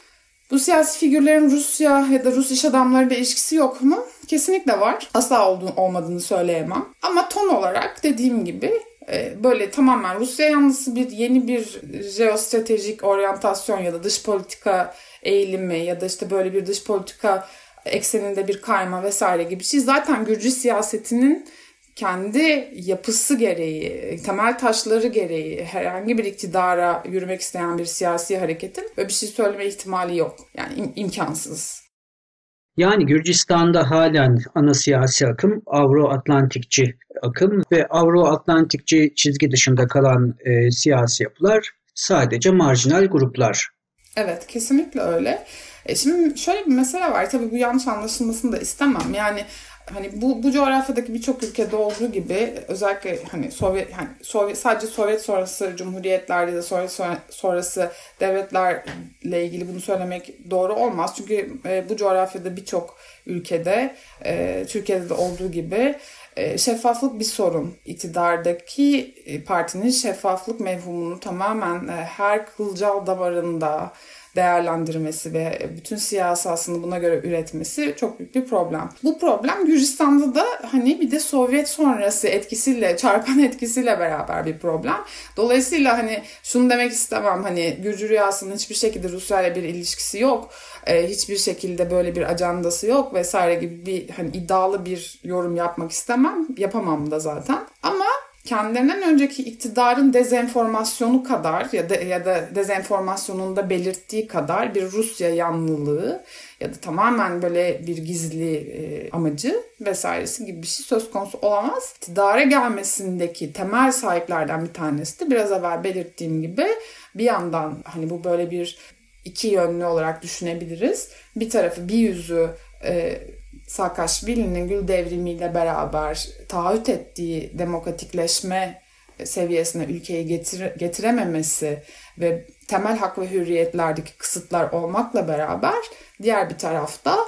Speaker 3: Bu siyasi figürlerin Rusya ya da Rus iş adamlarıyla ilişkisi yok mu? Kesinlikle var. Asla olmadığını söyleyemem. Ama ton olarak dediğim gibi böyle tamamen Rusya yanlısı yeni bir jeostratejik oryantasyon ya da dış politika eğilimi ya da işte böyle bir dış politika ekseninde bir kayma vesaire gibi bir şey zaten Gürcü siyasetinin kendi yapısı gereği, temel taşları gereği herhangi bir iktidara yürümek isteyen bir siyasi hareketin böyle bir şey söyleme ihtimali yok. Yani imkansız.
Speaker 2: Yani Gürcistan'da halen ana siyasi akım Avro-Atlantikçi akım ve Avro-Atlantikçi çizgi dışında kalan siyasi yapılar sadece marjinal gruplar.
Speaker 3: Evet, kesinlikle öyle. Şimdi şöyle bir mesele var. Tabii bu yanlış anlaşılmasını da istemem. Yani hani bu coğrafyadaki birçok ülkede olduğu gibi özellikle hani sadece Sovyet sonrası cumhuriyetlerde de Sovyet sonrası devletlerle ilgili bunu söylemek doğru olmaz. Çünkü bu coğrafyada birçok ülkede Türkiye'de de olduğu gibi şeffaflık bir sorun. İktidardaki partinin şeffaflık mevhumunu tamamen her kılcal damarında değerlendirmesi ve bütün siyasasını buna göre üretmesi çok büyük bir problem. Bu problem Gürcistan'da da hani bir de Sovyet sonrası etkisiyle, çarpan etkisiyle beraber bir problem. Dolayısıyla hani şunu demek istemem, hani Gürcü rüyasının hiçbir şekilde Rusya ile bir ilişkisi yok. Hiçbir şekilde böyle bir ajandası yok vesaire gibi bir hani iddialı bir yorum yapmak istemem. Yapamam da zaten. Ama kendilerinden önceki iktidarın dezenformasyonu kadar ya da dezenformasyonunda belirttiği kadar bir Rusya yanlılığı ya da tamamen böyle bir gizli amacı vesairesi gibi bir şey söz konusu olamaz. İktidara gelmesindeki temel sahiplerden bir tanesi de biraz evvel belirttiğim gibi bir yandan hani bu böyle bir iki yönlü olarak düşünebiliriz. Bir tarafı, bir yüzü Saakashvili'nin Gül devrimiyle beraber taahhüt ettiği demokratikleşme seviyesine ülkeyi getirememesi ve temel hak ve hürriyetlerdeki kısıtlar olmakla beraber diğer bir tarafta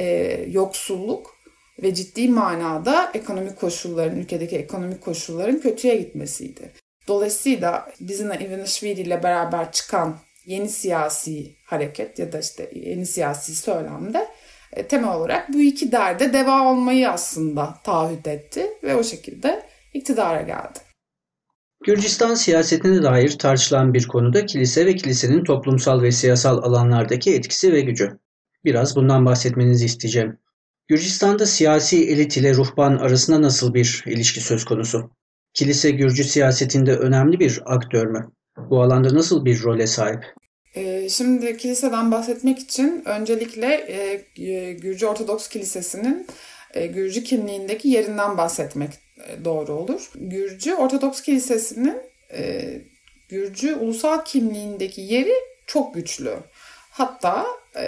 Speaker 3: yoksulluk ve ciddi manada ülkedeki ekonomik koşulların kötüye gitmesiydi. Dolayısıyla Bizina Ivanishvili ile beraber çıkan yeni siyasi hareket ya da işte yeni siyasi söylemde temel olarak bu iki derde deva olmayı aslında taahhüt etti ve o şekilde iktidara geldi.
Speaker 2: Gürcistan siyasetine dair tartışılan bir konuda kilise ve kilisenin toplumsal ve siyasal alanlardaki etkisi ve gücü. Biraz bundan bahsetmenizi isteyeceğim. Gürcistan'da siyasi elit ile ruhban arasında nasıl bir ilişki söz konusu? Kilise Gürcü siyasetinde önemli bir aktör mü? Bu alanda nasıl bir role sahip?
Speaker 3: Şimdi kiliseden bahsetmek için öncelikle Gürcü Ortodoks Kilisesi'nin Gürcü kimliğindeki yerinden bahsetmek doğru olur. Gürcü Ortodoks Kilisesi'nin Gürcü ulusal kimliğindeki yeri çok güçlü. Hatta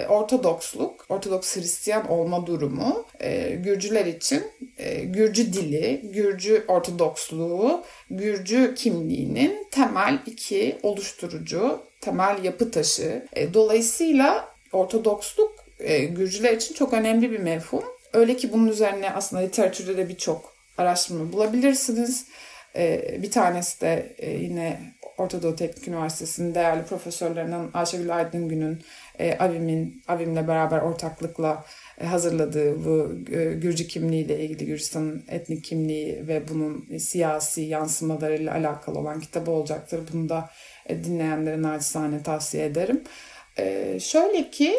Speaker 3: Ortodoks Hristiyan olma durumu Gürcüler için Gürcü dili, Gürcü Ortodoksluğu, Gürcü kimliğinin temel iki oluşturucu, temel yapı taşı. Dolayısıyla Ortodoksluk Gürcüler için çok önemli bir mefhum. Öyle ki bunun üzerine aslında literatürde de birçok araştırma bulabilirsiniz. Bir tanesi de yine Orta Doğu Teknik Üniversitesi'nin değerli profesörlerinden Ayşegül Aydıngün'ün Avim'le beraber ortaklıkla hazırladığı bu Gürcü kimliğiyle ilgili Gürcistan'ın etnik kimliği ve bunun siyasi yansımalarıyla alakalı olan kitabı olacaktır. Bunu da dinleyenlere naçizane tavsiye ederim. Şöyle ki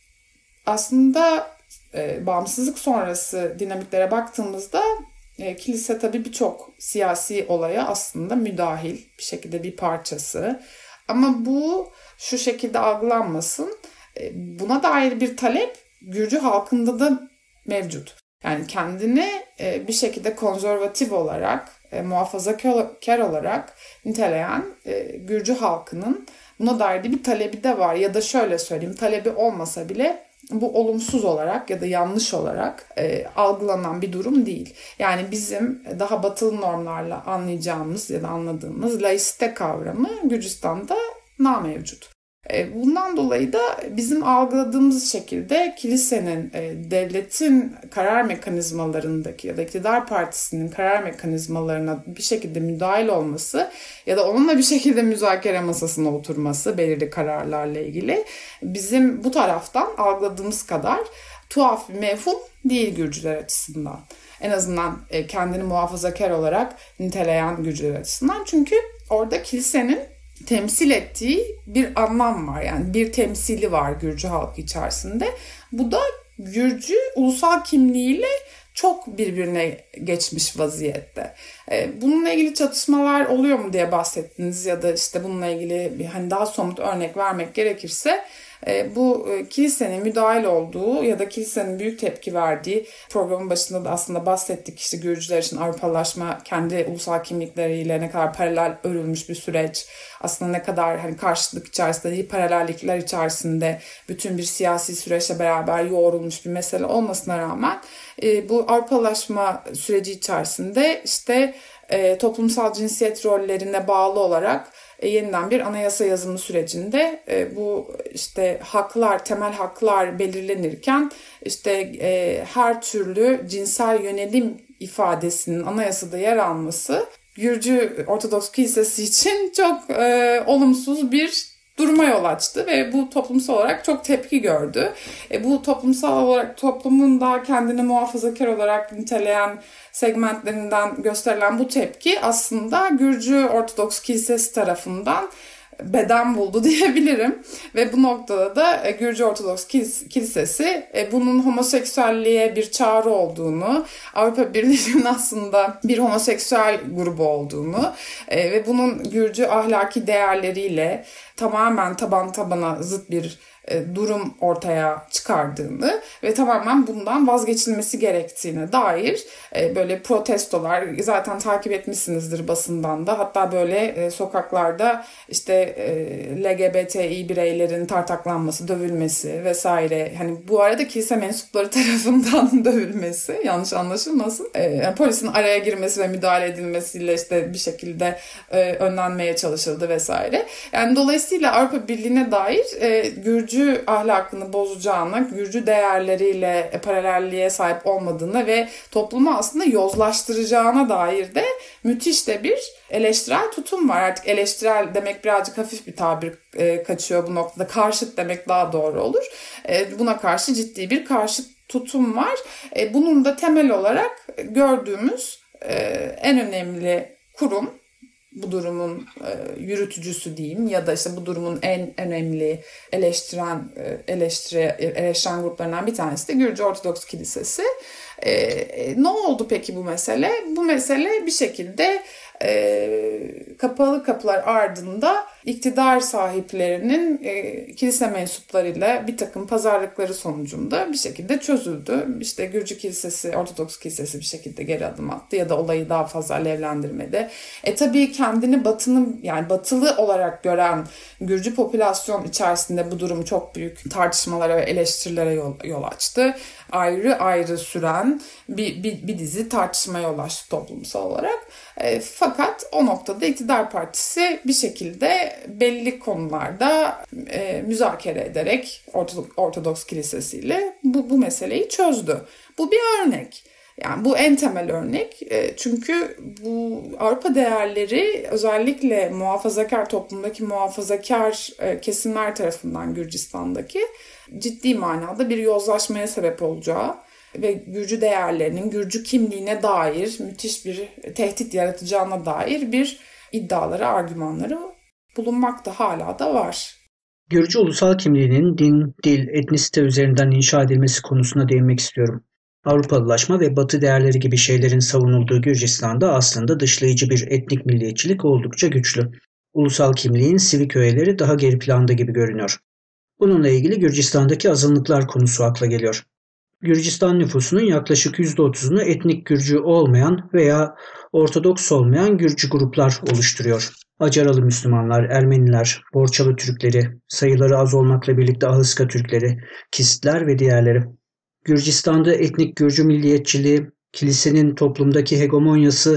Speaker 3: aslında bağımsızlık sonrası dinamiklere baktığımızda kilise tabii birçok siyasi olaya aslında müdahil bir şekilde bir parçası. Ama bu şu şekilde algılanmasın. Buna dair bir talep Gürcü halkında da mevcut. Yani kendini bir şekilde konservatif olarak, muhafazakar olarak niteleyen Gürcü halkının buna dair bir talebi de var. Ya da şöyle söyleyeyim, talebi olmasa bile bu olumsuz olarak ya da yanlış olarak algılanan bir durum değil. Yani bizim daha batılı normlarla anlayacağımız ya da anladığımız laiste kavramı Gürcistan'da namevcut. Bundan dolayı da bizim algıladığımız şekilde kilisenin, devletin karar mekanizmalarındaki ya da iktidar partisinin karar mekanizmalarına bir şekilde müdahil olması ya da onunla bir şekilde müzakere masasına oturması belirli kararlarla ilgili bizim bu taraftan algıladığımız kadar tuhaf bir mefhum değil Gürcüler açısından. En azından kendini muhafazakar olarak niteleyen Gürcüler açısından. Çünkü orada kilisenin temsil ettiği bir anlam var. Yani bir temsili var Gürcü halkı içerisinde. Bu da Gürcü ulusal kimliğiyle çok birbirine geçmiş vaziyette. Bununla ilgili çatışmalar oluyor mu diye bahsettiniz ya da işte bununla ilgili hani daha somut örnek vermek gerekirse bu kilisenin müdahil olduğu ya da kilisenin büyük tepki verdiği, programın başında da aslında bahsettik, işte Gürcüler için Avrupalılaşma kendi ulusal kimlikleriyle ne kadar paralel örülmüş bir süreç, aslında ne kadar hani karşıtlık içerisinde değil paralellikler içerisinde bütün bir siyasi süreçle beraber yoğrulmuş bir mesele olmasına rağmen bu Avrupalılaşma süreci içerisinde işte toplumsal cinsiyet rollerine bağlı olarak yeniden bir anayasa yazımı sürecinde bu işte haklar, temel haklar belirlenirken işte her türlü cinsel yönelim ifadesinin anayasada yer alması Gürcü Ortodoks Kilisesi için çok olumsuz bir duruma yol açtı ve bu toplumsal olarak çok tepki gördü. Bu toplumsal olarak toplumun daha kendini muhafazakar olarak niteleyen segmentlerinden gösterilen bu tepki aslında Gürcü Ortodoks Kilisesi tarafından beden buldu diyebilirim. Ve bu noktada da Gürcü Ortodoks Kilisesi bunun homoseksüelliğe bir çağrı olduğunu, Avrupa Birliği'nin aslında bir homoseksüel grubu olduğunu ve bunun Gürcü ahlaki değerleriyle tamamen taban tabana zıt bir durum ortaya çıkardığını ve tamamen bundan vazgeçilmesi gerektiğine dair böyle protestolar, zaten takip etmişsinizdir basından da, hatta böyle sokaklarda işte LGBTİ bireylerin tartaklanması, dövülmesi vesaire, hani bu arada kilise mensupları tarafından dövülmesi, yanlış anlaşılmasın, yani polisin araya girmesi ve müdahale edilmesiyle işte bir şekilde önlenmeye çalışıldı vesaire. Yani dolayısıyla Avrupa Birliği'ne dair Gürcü ahlakını bozacağına, Gürcü değerleriyle paralelliğe sahip olmadığına ve toplumu aslında yozlaştıracağına dair de müthiş de bir eleştirel tutum var. Artık eleştirel demek birazcık hafif bir tabir kaçıyor bu noktada. Karşıt demek daha doğru olur. Buna karşı ciddi bir karşıt tutum var. Bunun da temel olarak gördüğümüz en önemli kurum, bu durumun yürütücüsü diyeyim ya da işte bu durumun en önemli eleştiren gruplarından bir tanesi de Gürcü Ortodoks Kilisesi. Ne oldu peki bu mesele? Bu mesele bir şekilde kapalı kapılar ardında iktidar sahiplerinin kilise mensuplarıyla bir takım pazarlıkları sonucunda bir şekilde çözüldü. İşte Gürcü Kilisesi, Ortodoks Kilisesi bir şekilde geri adım attı ya da olayı daha fazla alevlendirmedi. Tabii kendini batılı olarak gören Gürcü popülasyon içerisinde bu durum çok büyük tartışmalara ve eleştirilere yol açtı. Ayrı ayrı süren bir dizi tartışmaya yol açtı toplumsal olarak. Fakat o noktada iktidar partisi bir şekilde belli konularda müzakere ederek Ortodoks Kilisesi'yle bu meseleyi çözdü. Bu bir örnek. Yani bu en temel örnek. Çünkü bu Avrupa değerleri özellikle muhafazakar toplumdaki muhafazakar kesimler tarafından Gürcistan'daki ciddi manada bir yozlaşmaya sebep olacağı ve Gürcü değerlerinin Gürcü kimliğine dair müthiş bir tehdit yaratacağına dair bir iddiaları, argümanları bulunmakta hala da var.
Speaker 2: Gürcü ulusal kimliğinin din, dil, etnisite üzerinden inşa edilmesi konusuna değinmek istiyorum. Avrupalılaşma ve Batı değerleri gibi şeylerin savunulduğu Gürcistan'da aslında dışlayıcı bir etnik milliyetçilik oldukça güçlü. Ulusal kimliğin sivik öğeleri daha geri planda gibi görünüyor. Bununla ilgili Gürcistan'daki azınlıklar konusu akla geliyor. Gürcistan nüfusunun yaklaşık %30'unu etnik Gürcü olmayan veya Ortodoks olmayan Gürcü gruplar oluşturuyor. Acaralı Müslümanlar, Ermeniler, Borçalı Türkleri, sayıları az olmakla birlikte Ahıska Türkleri, Kistler ve diğerleri. Gürcistan'da etnik Gürcü milliyetçiliği, kilisenin toplumdaki hegemonyası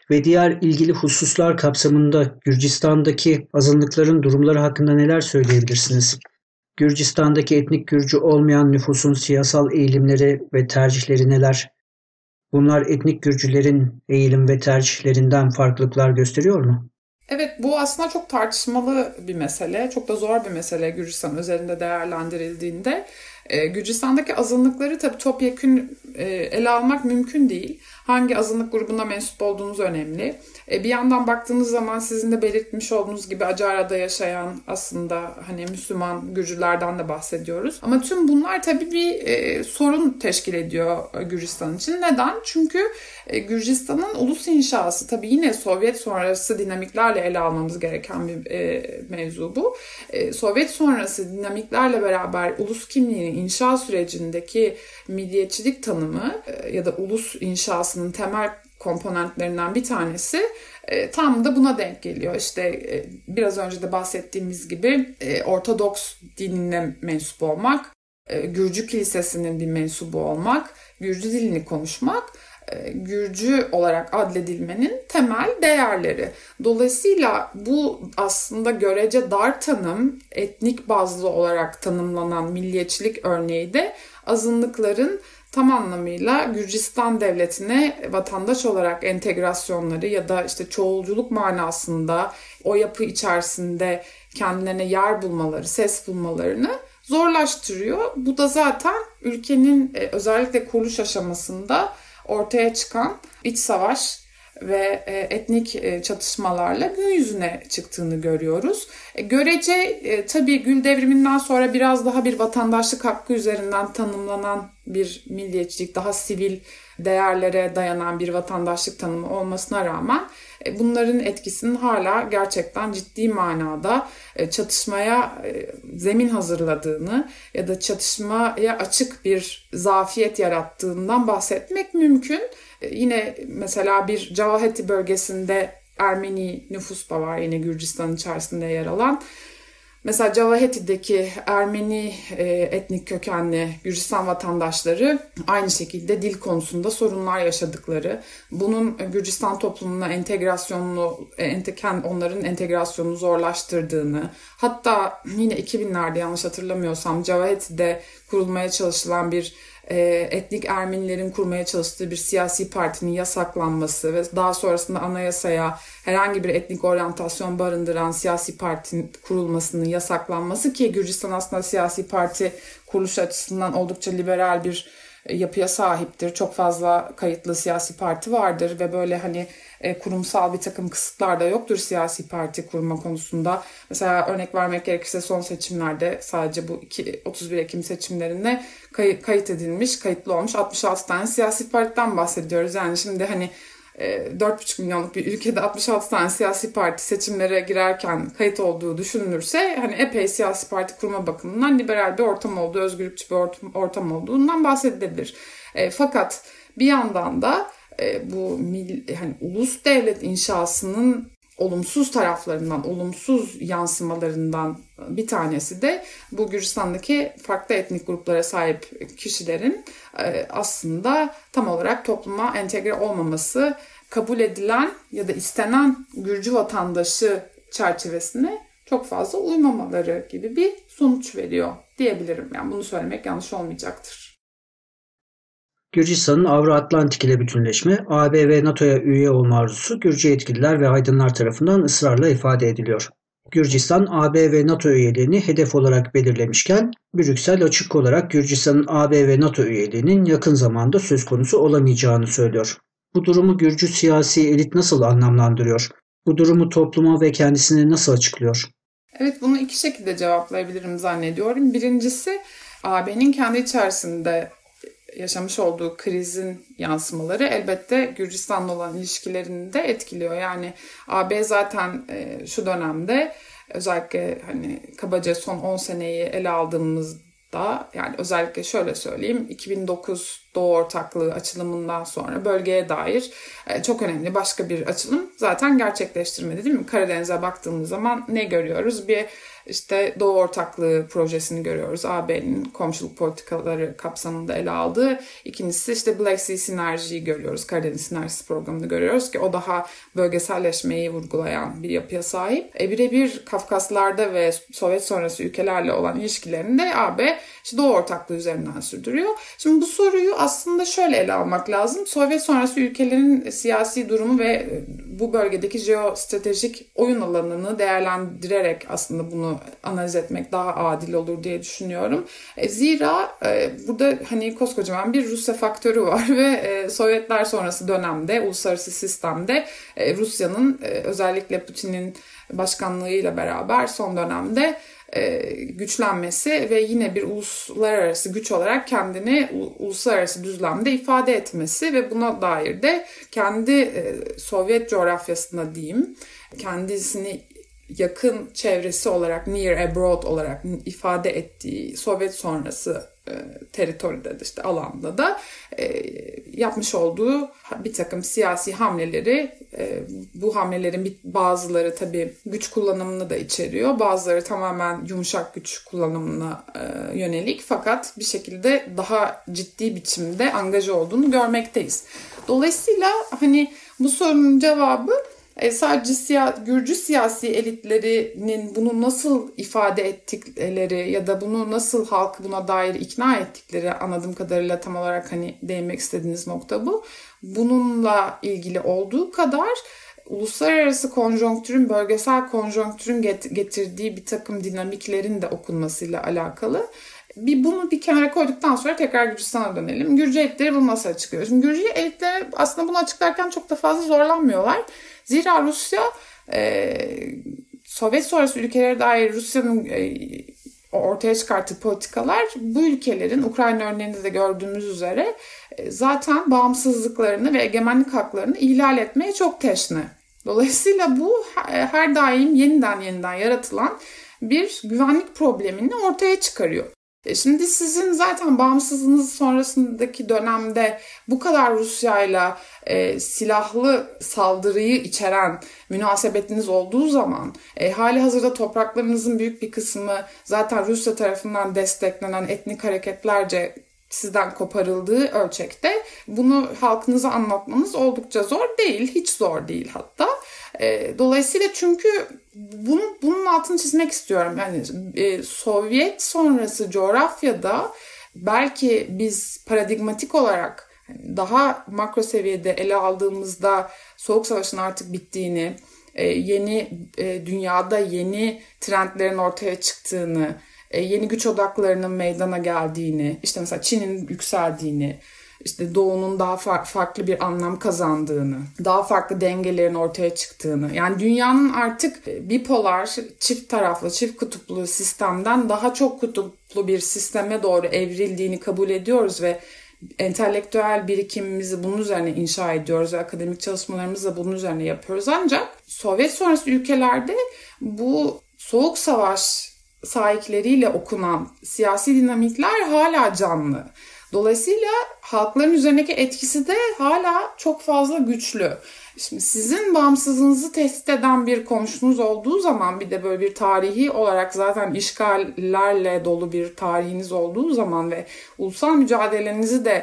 Speaker 2: ve diğer ilgili hususlar kapsamında Gürcistan'daki azınlıkların durumları hakkında neler söyleyebilirsiniz? Gürcistan'daki etnik Gürcü olmayan nüfusun siyasal eğilimleri ve tercihleri neler? Bunlar etnik Gürcülerin eğilim ve tercihlerinden farklılıklar gösteriyor mu?
Speaker 3: Evet, bu aslında çok tartışmalı bir mesele. Çok da zor bir mesele Gürcistan üzerinde değerlendirildiğinde. Gürcistan'daki azınlıkları tabii topyekün ele almak mümkün değil. Hangi azınlık grubuna mensup olduğunuz önemli. Bir yandan baktığınız zaman sizin de belirtmiş olduğunuz gibi Acara'da yaşayan aslında hani Müslüman Gürcülerden de bahsediyoruz. Ama tüm bunlar tabii bir sorun teşkil ediyor Gürcistan için. Neden? Çünkü Gürcistan'ın ulus inşası tabii yine Sovyet sonrası dinamiklerle ele almamız gereken bir mevzu bu. Sovyet sonrası dinamiklerle beraber ulus kimliğinin inşa sürecindeki milliyetçilik tanımı ya da ulus inşasının temel komponentlerinden bir tanesi tam da buna denk geliyor. İşte biraz önce de bahsettiğimiz gibi Ortodoks dinine mensup olmak, Gürcü kilisesinin bir mensubu olmak, Gürcü dilini konuşmak, Gürcü olarak adledilmenin temel değerleri. Dolayısıyla bu aslında görece dar tanım, etnik bazlı olarak tanımlanan milliyetçilik örneği de azınlıkların tam anlamıyla Gürcistan devletine vatandaş olarak entegrasyonları ya da işte çoğulculuk manasında o yapı içerisinde kendilerine yer bulmaları, ses bulmalarını zorlaştırıyor. Bu da zaten ülkenin özellikle kuruluş aşamasında ortaya çıkan iç savaş ve etnik çatışmalarla gün yüzüne çıktığını görüyoruz. Görece tabii Gül Devrimi'nden sonra biraz daha bir vatandaşlık hakkı üzerinden tanımlanan bir milliyetçilik, daha sivil değerlere dayanan bir vatandaşlık tanımı olmasına rağmen bunların etkisinin hala gerçekten ciddi manada çatışmaya zemin hazırladığını ya da çatışmaya açık bir zafiyet yarattığından bahsetmek mümkün. Yine mesela bir Cavaheti bölgesinde Ermeni nüfus da var yine Gürcistan içerisinde yer alan. Mesela Cavaheti'deki Ermeni etnik kökenli Gürcistan vatandaşları aynı şekilde dil konusunda sorunlar yaşadıkları, bunun Gürcistan toplumuna onların entegrasyonunu zorlaştırdığını, hatta yine 2000'lerde yanlış hatırlamıyorsam Cavaheti'de kurulmaya çalışılan bir etnik Ermenilerin kurmaya çalıştığı bir siyasi partinin yasaklanması ve daha sonrasında anayasaya herhangi bir etnik oryantasyon barındıran siyasi partinin kurulmasının yasaklanması, ki Gürcistan aslında siyasi parti kuruluş açısından oldukça liberal bir yapıya sahiptir. Çok fazla kayıtlı siyasi parti vardır ve böyle hani kurumsal bir takım kısıtlar da yoktur siyasi parti kurma konusunda. Mesela örnek vermek gerekirse son seçimlerde sadece bu 31 Ekim seçimlerinde kayıtlı olmuş 66 tane siyasi partiden bahsediyoruz. Yani şimdi hani 4,5 milyonluk bir ülkede 66 tane siyasi parti seçimlere girerken kayıt olduğu düşünülürse hani epey siyasi parti kurma bakımından liberal bir ortam olduğu, özgürlükçü bir ortam olduğundan bahsedilebilir. Fakat bir yandan da bu hani ulus devlet inşasının olumsuz taraflarından, olumsuz yansımalarından bir tanesi de bu Gürcistan'daki farklı etnik gruplara sahip kişilerin aslında tam olarak topluma entegre olmaması, kabul edilen ya da istenen Gürcü vatandaşı çerçevesine çok fazla uymamaları gibi bir sonuç veriyor diyebilirim. Yani bunu söylemek yanlış olmayacaktır.
Speaker 2: Gürcistan'ın Avro-Atlantik ile bütünleşme, AB ve NATO'ya üye olma arzusu Gürcü yetkililer ve aydınlar tarafından ısrarla ifade ediliyor. Gürcistan, AB ve NATO üyeliğini hedef olarak belirlemişken, Brüksel açık olarak Gürcistan'ın AB ve NATO üyeliğinin yakın zamanda söz konusu olamayacağını söylüyor. Bu durumu Gürcü siyasi elit nasıl anlamlandırıyor? Bu durumu topluma ve kendisine nasıl açıklıyor?
Speaker 3: Evet, bunu iki şekilde cevaplayabilirim zannediyorum. Birincisi, AB'nin kendi içerisinde yaşamış olduğu krizin yansımaları elbette Gürcistan'la olan ilişkilerini de etkiliyor. Yani AB zaten şu dönemde özellikle hani kabaca son 10 seneyi ele aldığımızda, yani özellikle şöyle söyleyeyim, 2009 Doğu Ortaklığı açılımından sonra bölgeye dair çok önemli başka bir açılım zaten gerçekleştirmedi, değil mi? Karadeniz'e baktığımız zaman ne görüyoruz? Bir işte Doğu Ortaklığı projesini görüyoruz. AB'nin komşuluk politikaları kapsamında ele aldığı. İkincisi işte Black Sea Sinerji'yi görüyoruz. Karadeniz Sinerjisi programını görüyoruz ki o daha bölgeselleşmeyi vurgulayan bir yapıya sahip. Birebir Kafkaslar'da ve Sovyet sonrası ülkelerle olan ilişkilerinde AB işte Doğu Ortaklığı üzerinden sürdürüyor. Şimdi bu soruyu aslında şöyle ele almak lazım. Sovyet sonrası ülkelerin siyasi durumu ve bu bölgedeki jeostratejik oyun alanını değerlendirerek aslında bunu analiz etmek daha adil olur diye düşünüyorum. Zira burada hani koskocaman bir Rusya faktörü var ve Sovyetler sonrası dönemde, uluslararası sistemde Rusya'nın özellikle Putin'in başkanlığıyla beraber son dönemde güçlenmesi ve yine bir uluslararası güç olarak kendini uluslararası düzlemde ifade etmesi ve buna dair de kendi Sovyet coğrafyasında diyeyim, kendisini yakın çevresi olarak near abroad olarak ifade ettiği Sovyet sonrası teritoride işte alanda da yapmış olduğu bir takım siyasi hamleleri, bu hamlelerin bazıları tabii güç kullanımını da içeriyor, bazıları tamamen yumuşak güç kullanımına yönelik, fakat bir şekilde daha ciddi biçimde angaja olduğunu görmekteyiz. Dolayısıyla hani bu sorunun cevabı sadece Gürcü siyasi elitlerinin bunu nasıl ifade ettikleri ya da bunu nasıl halkı buna dair ikna ettikleri, anladığım kadarıyla tam olarak hani değinmek istediğiniz nokta bu. Bununla ilgili olduğu kadar uluslararası konjonktürün, bölgesel konjonktürün getirdiği bir takım dinamiklerin de okunmasıyla alakalı. Bunu bir kenara koyduktan sonra tekrar Gürcistan'a dönelim. Gürcü elitleri bunu nasıl açıklıyor? Şimdi Gürcü elitleri aslında bunu açıklarken çok da fazla zorlanmıyorlar. Zira Rusya, Sovyet sonrası ülkelere dair Rusya'nın ortaya çıkarttığı politikalar bu ülkelerin, Ukrayna örneğinde de gördüğümüz üzere zaten bağımsızlıklarını ve egemenlik haklarını ihlal etmeye çok teşne. Dolayısıyla bu her daim yeniden yaratılan bir güvenlik problemini ortaya çıkarıyor. Şimdi sizin zaten bağımsızlığınız sonrasındaki dönemde bu kadar Rusya'yla silahlı saldırıyı içeren münasebetiniz olduğu zaman, hali hazırda topraklarınızın büyük bir kısmı zaten Rusya tarafından desteklenen etnik hareketlerce sizden koparıldığı ölçekte bunu halkınıza anlatmanız oldukça zor değil, hiç zor değil hatta. Dolayısıyla çünkü bunun altını çizmek istiyorum. Yani Sovyet sonrası coğrafyada belki biz paradigmatik olarak daha makro seviyede ele aldığımızda Soğuk Savaş'ın artık bittiğini, yeni dünyada yeni trendlerin ortaya çıktığını, yeni güç odaklarının meydana geldiğini, işte mesela Çin'in yükseldiğini, işte Doğu'nun daha farklı bir anlam kazandığını, daha farklı dengelerin ortaya çıktığını, yani dünyanın artık bipolar, çift taraflı, çift kutuplu sistemden daha çok kutuplu bir sisteme doğru evrildiğini kabul ediyoruz ve entelektüel birikimimizi bunun üzerine inşa ediyoruz ve akademik çalışmalarımızı da bunun üzerine yapıyoruz. Ancak Sovyet sonrası ülkelerde bu Soğuk Savaş sahikleriyle okunan siyasi dinamikler hala canlı. Dolayısıyla halkların üzerindeki etkisi de hala çok fazla güçlü. Şimdi sizin bağımsızlığınızı tehdit eden bir komşunuz olduğu zaman, bir de böyle bir tarihi olarak zaten işgallerle dolu bir tarihiniz olduğu zaman ve ulusal mücadelenizi de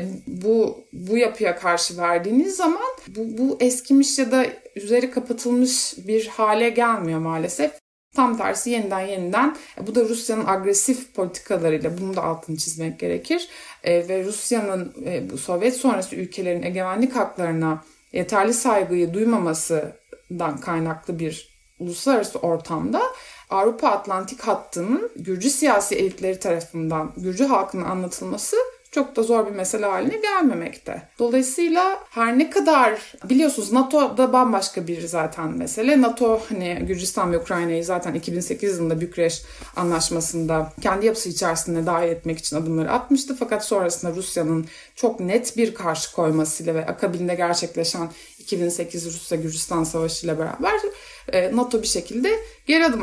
Speaker 3: bu yapıya karşı verdiğiniz zaman bu eskimiş ya da üzeri kapatılmış bir hale gelmiyor maalesef. Tam tersi yeniden bu da Rusya'nın agresif politikalarıyla, bunu da altını çizmek gerekir. Ve Rusya'nın bu Sovyet sonrası ülkelerin egemenlik haklarına yeterli saygıyı duymamasından kaynaklı bir uluslararası ortamda Avrupa Atlantik hattının Gürcü siyasi elitleri tarafından Gürcü halkına anlatılması çok da zor bir mesele haline gelmemekte. Dolayısıyla her ne kadar biliyorsunuz NATO'da bambaşka bir zaten mesele. NATO hani Gürcistan ve Ukrayna'yı zaten 2008 yılında Bükreş Anlaşması'nda kendi yapısı içerisinde dahil etmek için adımları atmıştı. Fakat sonrasında Rusya'nın çok net bir karşı koymasıyla ve akabinde gerçekleşen 2008 Rusya-Gürcistan Savaşı ile beraber NATO bir şekilde geri adım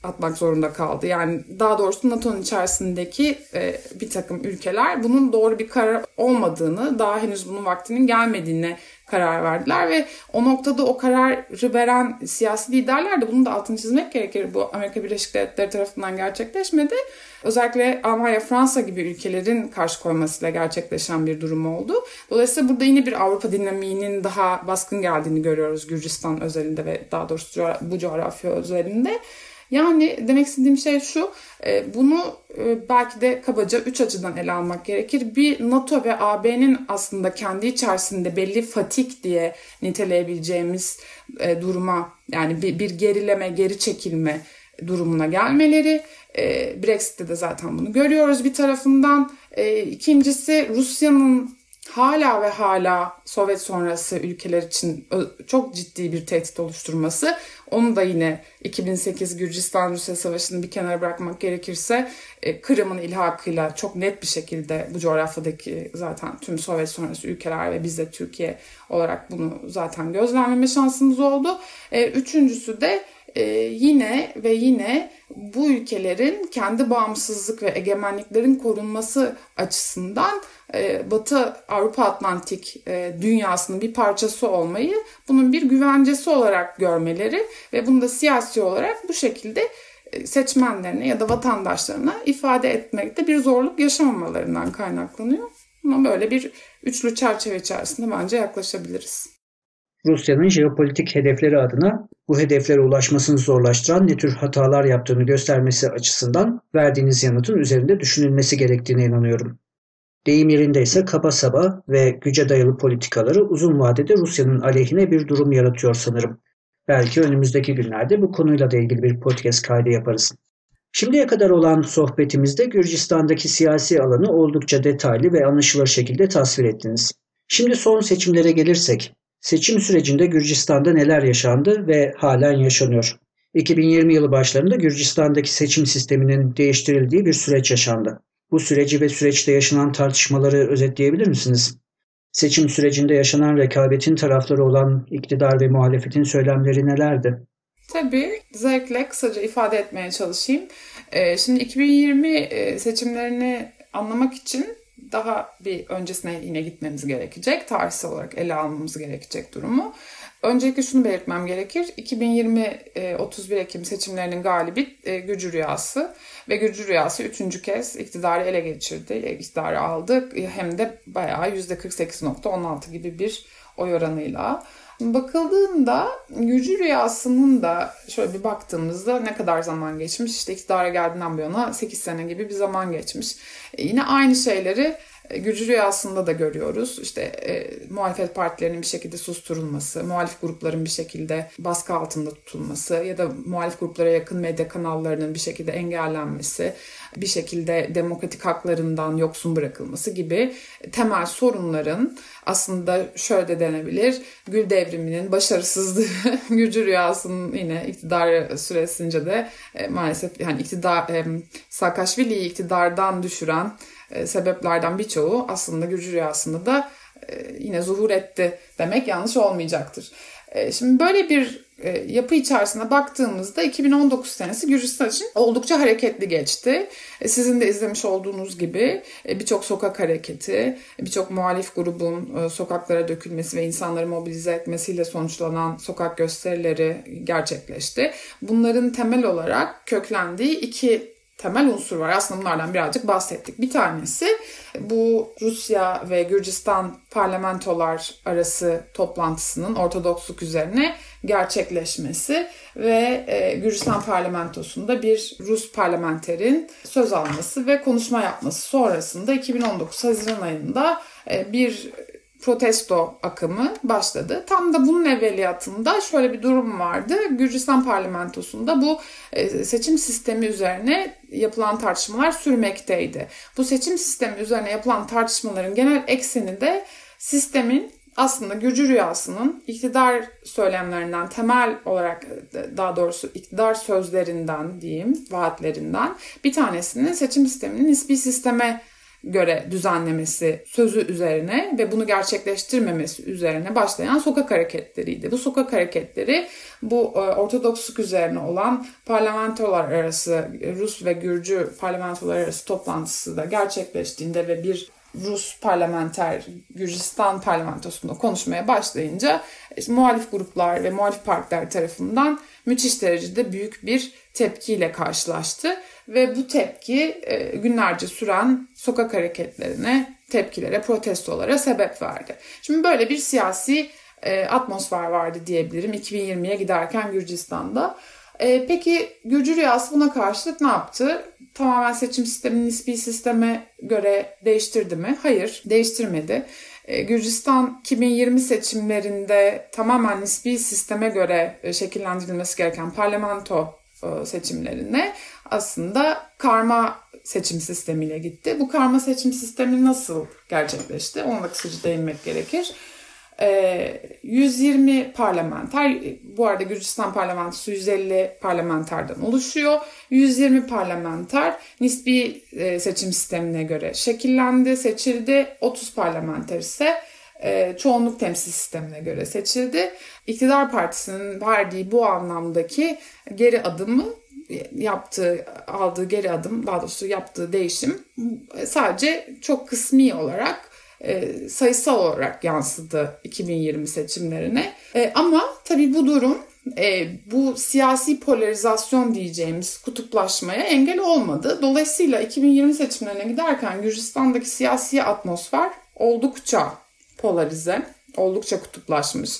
Speaker 3: atmak zorunda kaldı. Yani daha doğrusu NATO'nun içerisindeki bir takım ülkeler bunun doğru bir karar olmadığını, daha henüz bunun vaktinin gelmediğine karar verdiler ve o noktada o kararı veren siyasi liderler de, bunu da altını çizmek gerekir, bu Amerika Birleşik Devletleri tarafından gerçekleşmedi. Özellikle Almanya, Fransa gibi ülkelerin karşı koymasıyla gerçekleşen bir durum oldu. Dolayısıyla burada yine bir Avrupa dinamiğinin daha baskın geldiğini görüyoruz Gürcistan özelinde ve daha doğrusu bu coğrafya özelinde. Yani demek istediğim şey şu, bunu belki de kabaca 3 açıdan ele almak gerekir. Bir, NATO ve AB'nin aslında kendi içerisinde belli fatik diye niteleyebileceğimiz duruma, yani bir gerileme, geri çekilme durumuna gelmeleri. Brexit'te de zaten bunu görüyoruz bir tarafından. İkincisi, Rusya'nın hala ve hala Sovyet sonrası ülkeler için çok ciddi bir tehdit oluşturması. Onu da yine 2008 Gürcistan-Rusya Savaşı'nı bir kenara bırakmak gerekirse Kırım'ın ilhakıyla çok net bir şekilde bu coğrafyadaki zaten tüm Sovyet sonrası ülkeler ve biz de Türkiye olarak bunu zaten gözlemleme şansımız oldu. Üçüncüsü de yine ve yine bu ülkelerin kendi bağımsızlık ve egemenliklerin korunması açısından Batı Avrupa Atlantik dünyasının bir parçası olmayı bunun bir güvencesi olarak görmeleri ve bunu da siyasi olarak bu şekilde seçmenlerine ya da vatandaşlarına ifade etmekte bir zorluk yaşamamalarından kaynaklanıyor. Ama böyle bir üçlü çerçeve içerisinde bence yaklaşabiliriz.
Speaker 2: Rusya'nın jeopolitik hedefleri adına bu hedeflere ulaşmasını zorlaştıran ne tür hatalar yaptığını göstermesi açısından verdiğiniz yanıtın üzerinde düşünülmesi gerektiğine inanıyorum. Deyim yerindeyse kaba saba ve güce dayalı politikaları uzun vadede Rusya'nın aleyhine bir durum yaratıyor sanırım. Belki önümüzdeki günlerde bu konuyla da ilgili bir podcast kaydı yaparız. Şimdiye kadar olan sohbetimizde Gürcistan'daki siyasi alanı oldukça detaylı ve anlaşılır şekilde tasvir ettiniz. Şimdi son seçimlere gelirsek, seçim sürecinde Gürcistan'da neler yaşandı ve halen yaşanıyor? 2020 yılı başlarında Gürcistan'daki seçim sisteminin değiştirildiği bir süreç yaşandı. Bu süreci ve süreçte yaşanan tartışmaları özetleyebilir misiniz? Seçim sürecinde yaşanan rekabetin tarafları olan iktidar ve muhalefetin söylemleri nelerdi?
Speaker 3: Tabii, zevkle kısaca ifade etmeye çalışayım. Şimdi 2020 seçimlerini anlamak için daha bir öncesine yine gitmemiz gerekecek. Tarihsel olarak ele almamız gerekecek durumu. Öncelikle şunu belirtmem gerekir. 2020 31 Ekim seçimlerinin galibi Gürcü Rüyası ve Gürcü Rüyası 3. kez iktidarı ele geçirdi. İktidarı aldı hem de bayağı %48.16 gibi bir oy oranıyla. Bakıldığında Gürcü Rüyası'nın da şöyle bir baktığımızda ne kadar zaman geçmiş? İşte iktidara geldiğinden bu yana 8 sene gibi bir zaman geçmiş. Yine aynı şeyleri Gürcü Rüyası'nda da görüyoruz. İşte muhalefet partilerinin bir şekilde susturulması, muhalif grupların bir şekilde baskı altında tutulması ya da muhalif gruplara yakın medya kanallarının bir şekilde engellenmesi, bir şekilde demokratik haklarından yoksun bırakılması gibi temel sorunların aslında şöyle de denebilir. Gül devriminin başarısızlığı Gürcü Rüyası'nın yine iktidar süresince de maalesef yani Saakashvili'yi iktidardan düşüren sebeplerden birçoğu aslında Gürcü Rüyası'nda da yine zuhur etti demek yanlış olmayacaktır. Şimdi böyle bir yapı içerisine baktığımızda 2019 senesi Gürcistan için oldukça hareketli geçti. Sizin de izlemiş olduğunuz gibi birçok sokak hareketi, birçok muhalif grubun sokaklara dökülmesi ve insanları mobilize etmesiyle sonuçlanan sokak gösterileri gerçekleşti. Bunların temel olarak köklendiği iki temel unsur var. Aslında bunlardan birazcık bahsettik. Bir tanesi bu Rusya ve Gürcistan parlamentolar arası toplantısının Ortodoksluk üzerine gerçekleşmesi ve Gürcistan parlamentosunda bir Rus parlamenterin söz alması ve konuşma yapması sonrasında 2019 Haziran ayında bir protesto akımı başladı. Tam da bunun evveliyatında şöyle bir durum vardı. Gürcistan parlamentosunda bu seçim sistemi üzerine yapılan tartışmalar sürmekteydi. Bu seçim sistemi üzerine yapılan tartışmaların genel ekseni de sistemin aslında Gürcü Rüyası'nın iktidar söylemlerinden, temel olarak daha doğrusu iktidar sözlerinden diyeyim, vaatlerinden bir tanesinin seçim sisteminin nispi sisteme göre düzenlemesi sözü üzerine ve bunu gerçekleştirmemesi üzerine başlayan sokak hareketleriydi. Bu sokak hareketleri bu Ortodoksluk üzerine olan parlamentolar arası, Rus ve Gürcü parlamentolar arası toplantısı da gerçekleştiğinde ve bir Rus parlamenter Gürcistan parlamentosunda konuşmaya başlayınca muhalif gruplar ve muhalif partiler tarafından müthiş derecede büyük bir tepkiyle karşılaştı. Ve bu tepki günlerce süren sokak hareketlerine, tepkilere, protestolara sebep verdi. Şimdi böyle bir siyasi atmosfer vardı diyebilirim 2020'ye giderken Gürcistan'da. Peki Gürcü Rüyası buna karşılık ne yaptı? Tamamen seçim sistemini nispi sisteme göre değiştirdi mi? Hayır, değiştirmedi. Gürcistan 2020 seçimlerinde tamamen nispi sisteme göre şekillendirilmesi gereken parlamento seçimlerine aslında karma seçim sistemiyle gitti. Bu karma seçim sistemi nasıl gerçekleşti? Ona da kısaca değinmek gerekir. 120 parlamenter, bu arada Gürcistan parlamentosu 150 parlamenterden oluşuyor. 120 parlamenter nispi seçim sistemine göre şekillendi, seçildi. 30 parlamenter ise çoğunluk temsil sistemine göre seçildi. İktidar partisinin verdiği bu anlamdaki geri adımı aldığı geri adım, daha doğrusu yaptığı değişim sadece çok kısmi olarak, sayısal olarak yansıdı 2020 seçimlerine. Ama tabii bu durum bu siyasi polarizasyon diyeceğimiz kutuplaşmaya engel olmadı. Dolayısıyla 2020 seçimlerine giderken Gürcistan'daki siyasi atmosfer oldukça polarize, oldukça kutuplaşmış,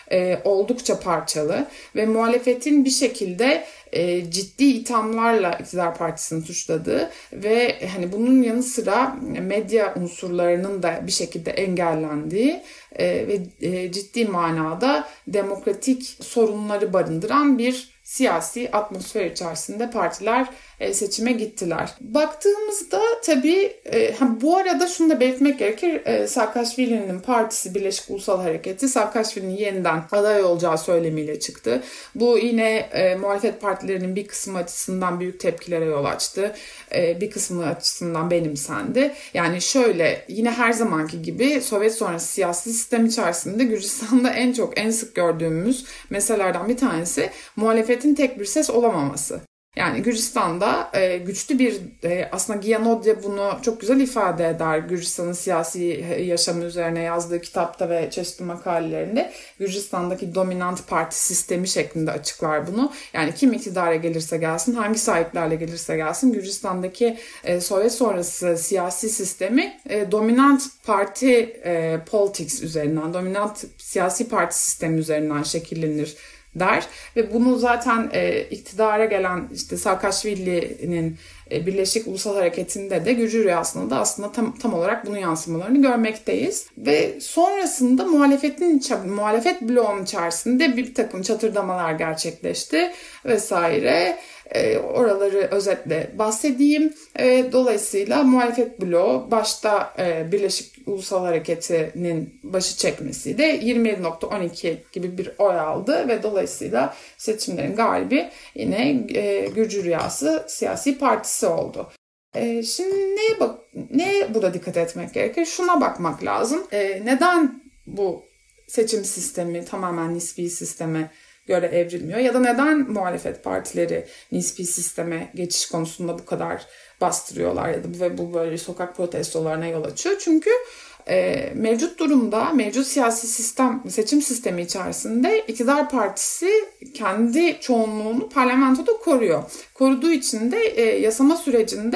Speaker 3: oldukça parçalı ve muhalefetin bir şekilde ciddi ithamlarla iktidar partisini suçladığı ve hani bunun yanı sıra medya unsurlarının da bir şekilde engellendiği ve ciddi manada demokratik sorunları barındıran bir siyasi atmosfer içerisinde partiler seçime gittiler. Baktığımızda tabii bu arada şunu da belirtmek gerekir. Saakashvili'nin partisi Birleşik Ulusal Hareketi Saakashvili'nin yeniden aday olacağı söylemiyle çıktı. Bu yine muhalefet partilerinin bir kısmı açısından büyük tepkilere yol açtı. Bir kısmı açısından benimsendi. Yani şöyle, yine her zamanki gibi Sovyet sonrası siyasi sistem içerisinde Gürcistan'da en sık gördüğümüz meselelerden bir tanesi muhalefetin tek bir ses olamaması. Yani Gürcistan'da güçlü bir, aslında Giyanodya bunu çok güzel ifade eder. Gürcistan'ın siyasi yaşamı üzerine yazdığı kitapta ve çeşitli makalelerinde Gürcistan'daki dominant parti sistemi şeklinde açıklar bunu. Yani kim iktidara gelirse gelsin, hangi sahiplerle gelirse gelsin Gürcistan'daki Sovyet sonrası siyasi sistemi dominant parti politics üzerinden, dominant siyasi parti sistemi üzerinden şekillenir der ve bunu zaten iktidara gelen işte Saakashvili'nin Birleşik Ulusal Hareketi'nde de Gürcü Rüyası'nda da aslında tam olarak bunun yansımalarını görmekteyiz. Ve sonrasında muhalefet bloğunun içerisinde bir takım çatırdamalar gerçekleşti vesaire. Oraları özetle bahsedeyim. Dolayısıyla muhalefet bloğu başta Birleşik Ulusal Hareketi'nin başı çekmesiyle 27.12 gibi bir oy aldı ve dolayısıyla seçimlerin galibi yine Gürcü Rüyası siyasi partisi oldu. Şimdi neye burada dikkat etmek gerekir? Şuna bakmak lazım. Neden bu seçim sistemi tamamen nispi sisteme göre evrilmiyor ya da neden muhalefet partileri nispi sisteme geçiş konusunda bu kadar bastırıyorlar ya da bu böyle sokak protestolarına yol açıyor? Çünkü mevcut durumda, mevcut siyasi seçim sistemi içerisinde iktidar partisi kendi çoğunluğunu parlamentoda koruyor. Koruduğu için de yasama sürecinde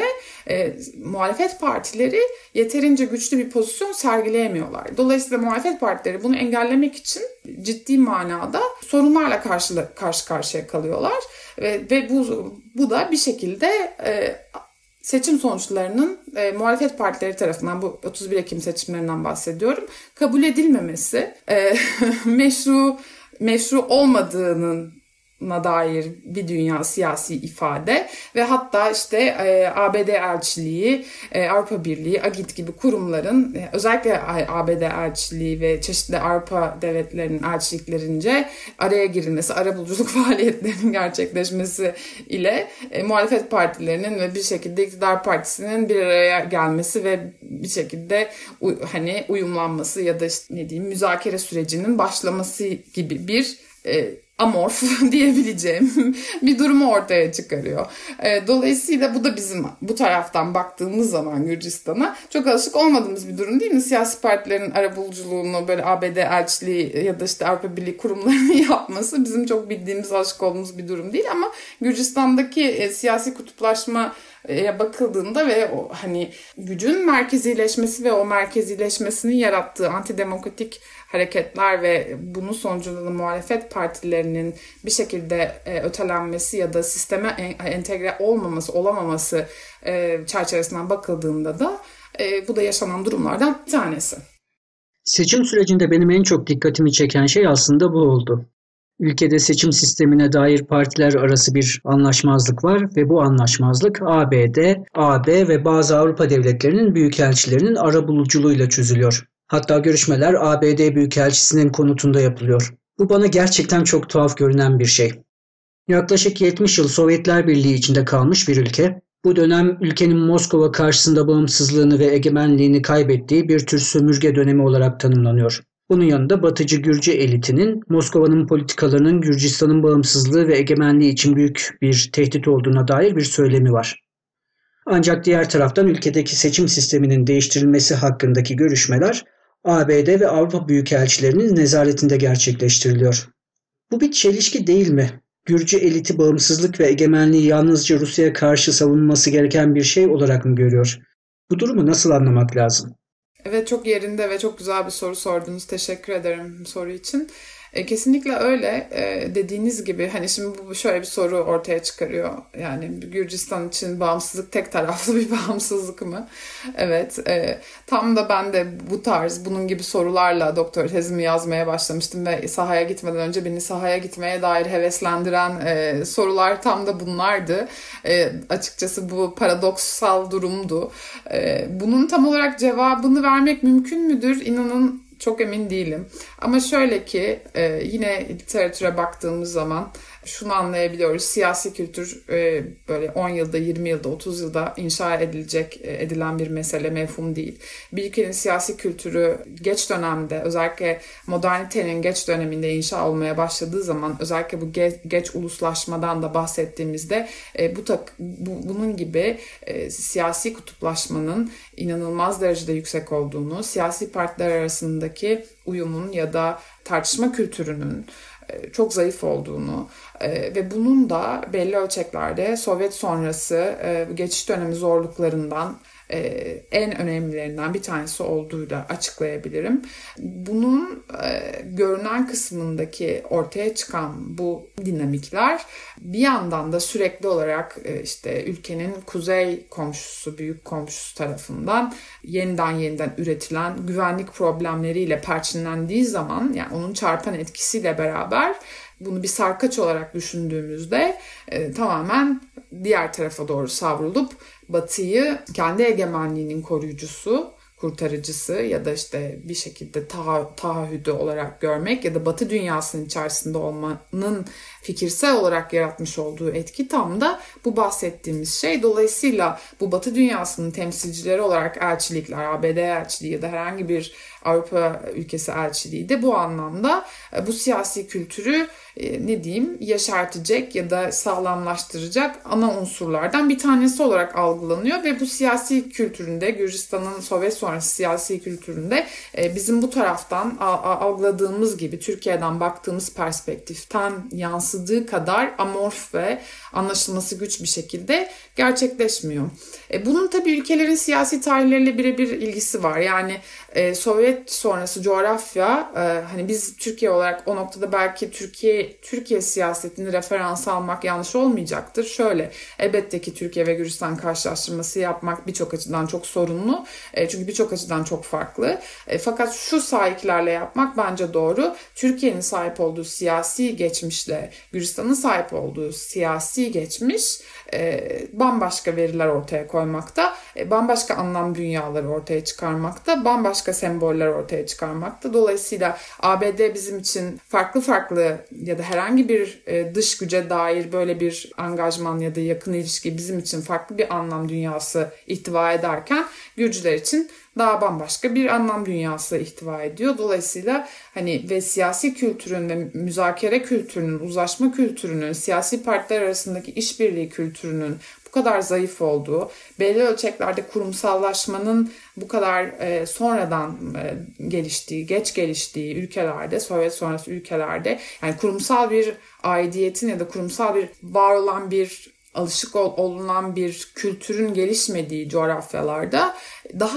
Speaker 3: muhalefet partileri yeterince güçlü bir pozisyon sergileyemiyorlar. Dolayısıyla muhalefet partileri bunu engellemek için ciddi manada sorunlarla karşı karşıya kalıyorlar. Ve bu da bir şekilde seçim sonuçlarının muhalefet partileri tarafından, bu 31 Ekim seçimlerinden bahsediyorum, kabul edilmemesi, meşru olmadığının dair bir dünya siyasi ifade ve hatta işte ABD elçiliği, Avrupa Birliği, AGİT gibi kurumların özellikle ABD elçiliği ve çeşitli Avrupa devletlerinin elçiliklerince araya girilmesi, arabuluculuk faaliyetlerinin gerçekleşmesi ile muhalefet partilerinin ve bir şekilde iktidar partisinin bir araya gelmesi ve bir şekilde hani uyumlanması ya da işte ne diyeyim müzakere sürecinin başlaması gibi bir amorf diyebileceğim bir durumu ortaya çıkarıyor. Dolayısıyla bu da bizim bu taraftan baktığımız zaman Gürcistan'a çok alışık olmadığımız bir durum değil mi? Siyasi partilerin arabuluculuğunu böyle ABD elçiliği ya da işte Avrupa Birliği kurumlarının yapması bizim çok bildiğimiz, alışık olduğumuz bir durum değil ama Gürcistan'daki siyasi kutuplaşma bakıldığında ve o hani gücün merkezileşmesi ve o merkezileşmesinin yarattığı antidemokratik hareketler ve bunun sonucunda da muhalefet partilerinin bir şekilde ötelenmesi ya da sisteme entegre olamaması çerçevesinden bakıldığında da bu da yaşanan durumlardan bir tanesi.
Speaker 2: Seçim sürecinde benim en çok dikkatimi çeken şey aslında bu oldu. Ülkede seçim sistemine dair partiler arası bir anlaşmazlık var ve bu anlaşmazlık ABD, AB ve bazı Avrupa devletlerinin büyükelçilerinin arabuluculuğuyla çözülüyor. Hatta görüşmeler ABD Büyükelçisi'nin konutunda yapılıyor. Bu bana gerçekten çok tuhaf görünen bir şey. Yaklaşık 70 yıl Sovyetler Birliği içinde kalmış bir ülke, bu dönem ülkenin Moskova karşısında bağımsızlığını ve egemenliğini kaybettiği bir tür sömürge dönemi olarak tanımlanıyor. Bunun yanında Batıcı Gürcü elitinin Moskova'nın politikalarının Gürcistan'ın bağımsızlığı ve egemenliği için büyük bir tehdit olduğuna dair bir söylemi var. Ancak diğer taraftan ülkedeki seçim sisteminin değiştirilmesi hakkındaki görüşmeler ABD ve Avrupa büyükelçilerinin nezaretinde gerçekleştiriliyor. Bu bir çelişki değil mi? Gürcü eliti bağımsızlık ve egemenliği yalnızca Rusya'ya karşı savunması gereken bir şey olarak mı görüyor? Bu durumu nasıl anlamak lazım?
Speaker 3: Evet, çok yerinde ve çok güzel bir soru sordunuz. Teşekkür ederim soru için. Kesinlikle öyle. Dediğiniz gibi hani şimdi bu şöyle bir soru ortaya çıkarıyor. Yani Gürcistan için bağımsızlık tek taraflı bir bağımsızlık mı? Evet. Tam da ben de bu tarz bunun gibi sorularla doktor tezimi yazmaya başlamıştım ve sahaya gitmeden önce beni sahaya gitmeye dair heveslendiren sorular tam da bunlardı. Açıkçası bu paradoksal durumdu. Bunun tam olarak cevabını vermek mümkün müdür? İnanın çok emin değilim. Ama şöyle ki yine literatüre baktığımız zaman şunu anlayabiliyoruz. Siyasi kültür böyle 10 yılda, 20 yılda, 30 yılda inşa edilen bir mesele, mefhum değil. Bir ülkenin siyasi kültürü geç dönemde, özellikle modernitenin geç döneminde inşa olmaya başladığı zaman, özellikle bu geç uluslaşmadan da bahsettiğimizde bunun gibi siyasi kutuplaşmanın inanılmaz derecede yüksek olduğunu, siyasi partiler arasındaki uyumun ya da tartışma kültürünün çok zayıf olduğunu ve bunun da belli ölçeklerde Sovyet sonrası geçiş dönemi zorluklarından en önemlilerinden bir tanesi olduğuyla açıklayabilirim. Bunun görünen kısmındaki ortaya çıkan bu dinamikler bir yandan da sürekli olarak işte ülkenin kuzey komşusu, büyük komşusu tarafından yeniden üretilen güvenlik problemleriyle perçinlendiği zaman, yani onun çarpan etkisiyle beraber bunu bir sarkaç olarak düşündüğümüzde tamamen diğer tarafa doğru savrulup Batı'yı kendi egemenliğinin koruyucusu, kurtarıcısı ya da işte bir şekilde taahhüdü olarak görmek ya da Batı dünyasının içerisinde olmanın fikirsel olarak yaratmış olduğu etki tam da bu bahsettiğimiz şey. Dolayısıyla bu Batı dünyasının temsilcileri olarak elçilikler, ABD elçiliği ya da herhangi bir Avrupa ülkesi elçiliği de bu anlamda bu siyasi kültürü yeşertecek ya da sağlamlaştıracak ana unsurlardan bir tanesi olarak algılanıyor ve bu siyasi kültüründe, Gürcistan'ın Sovyet sonrası siyasi kültüründe bizim bu taraftan algıladığımız gibi Türkiye'den baktığımız perspektiften yansıdığı kadar amorf ve anlaşılması güç bir şekilde gerçekleşmiyor. Bunun tabii ülkelerin siyasi tarihleriyle birebir ilgisi var. Yani Sovyet sonrası coğrafya, hani biz Türkiye olarak o noktada belki Türkiye siyasetini referans almak yanlış olmayacaktır. Şöyle, elbette ki Türkiye ve Gürcistan karşılaştırması yapmak birçok açıdan çok sorunlu. Çünkü birçok açıdan çok farklı. Fakat şu sahiplerle yapmak bence doğru. Türkiye'nin sahip olduğu siyasi geçmişle Gürcistan'ın sahip olduğu siyasi geçmiş bambaşka veriler ortaya koymakta, bambaşka anlam dünyaları ortaya çıkarmakta, bambaşka semboller ortaya çıkarmakta. Dolayısıyla ABD bizim için farklı ya da herhangi bir dış güce dair böyle bir angajman ya da yakın ilişki bizim için farklı bir anlam dünyası ihtiva ederken Gürcüler için daha bambaşka bir anlam dünyası ihtiva ediyor. Dolayısıyla hani ve siyasi kültürün ve müzakere kültürünün, uzlaşma kültürünün, siyasi partiler arasındaki işbirliği kültürünün bu kadar zayıf olduğu, belli ölçeklerde kurumsallaşmanın bu kadar sonradan geliştiği, geç geliştiği ülkelerde, Sovyet sonrası ülkelerde, yani kurumsal bir aidiyetin ya da kurumsal bir var olan bir alışık olunan bir kültürün gelişmediği coğrafyalarda daha